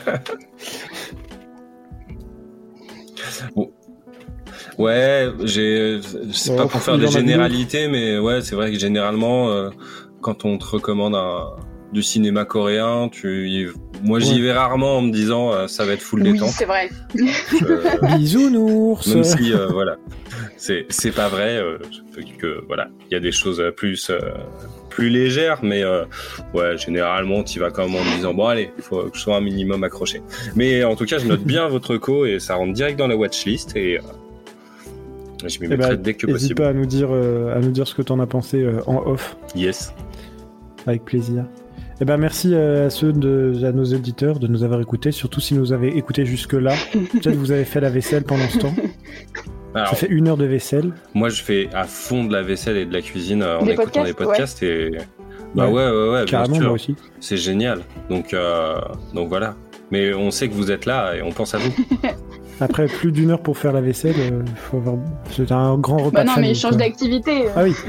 Ouais, c'est pas pour faire des généralités, mais ouais, c'est vrai que généralement, quand on te recommande du cinéma coréen, moi j'y vais rarement en me disant ça va être full détente. Oui, c'est vrai. Bisounours. Même si voilà, c'est pas vrai que voilà, il y a des choses plus légères, mais ouais, généralement tu vas quand même en me disant bon allez, il faut que je sois un minimum accroché. Mais en tout cas, je note bien votre co et ça rentre direct dans la watchlist et je m'y mettrai dès que possible. N'hésite pas à nous dire ce que t'en as pensé en off. Yes. Avec plaisir. Eh ben merci à nos auditeurs de nous avoir écoutés, surtout si nous avez écoutés jusque-là. Peut-être vous avez fait la vaisselle pendant ce temps. Alors, ça fait 1 heure de vaisselle. Moi, je fais à fond de la vaisselle et de la cuisine en écoutant les podcasts et ouais, carrément, bien sûr. Moi aussi. C'est génial. Donc voilà. Mais on sait que vous êtes là et on pense à vous. Après plus d'1 heure pour faire la vaisselle, c'est un grand repas. Bah non, mais change d'activité. Ah oui.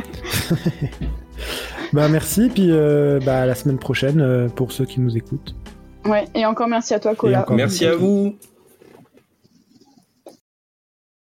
Bah merci, puis à la semaine prochaine pour ceux qui nous écoutent. Ouais, et encore merci à toi, Cola. Merci à vous.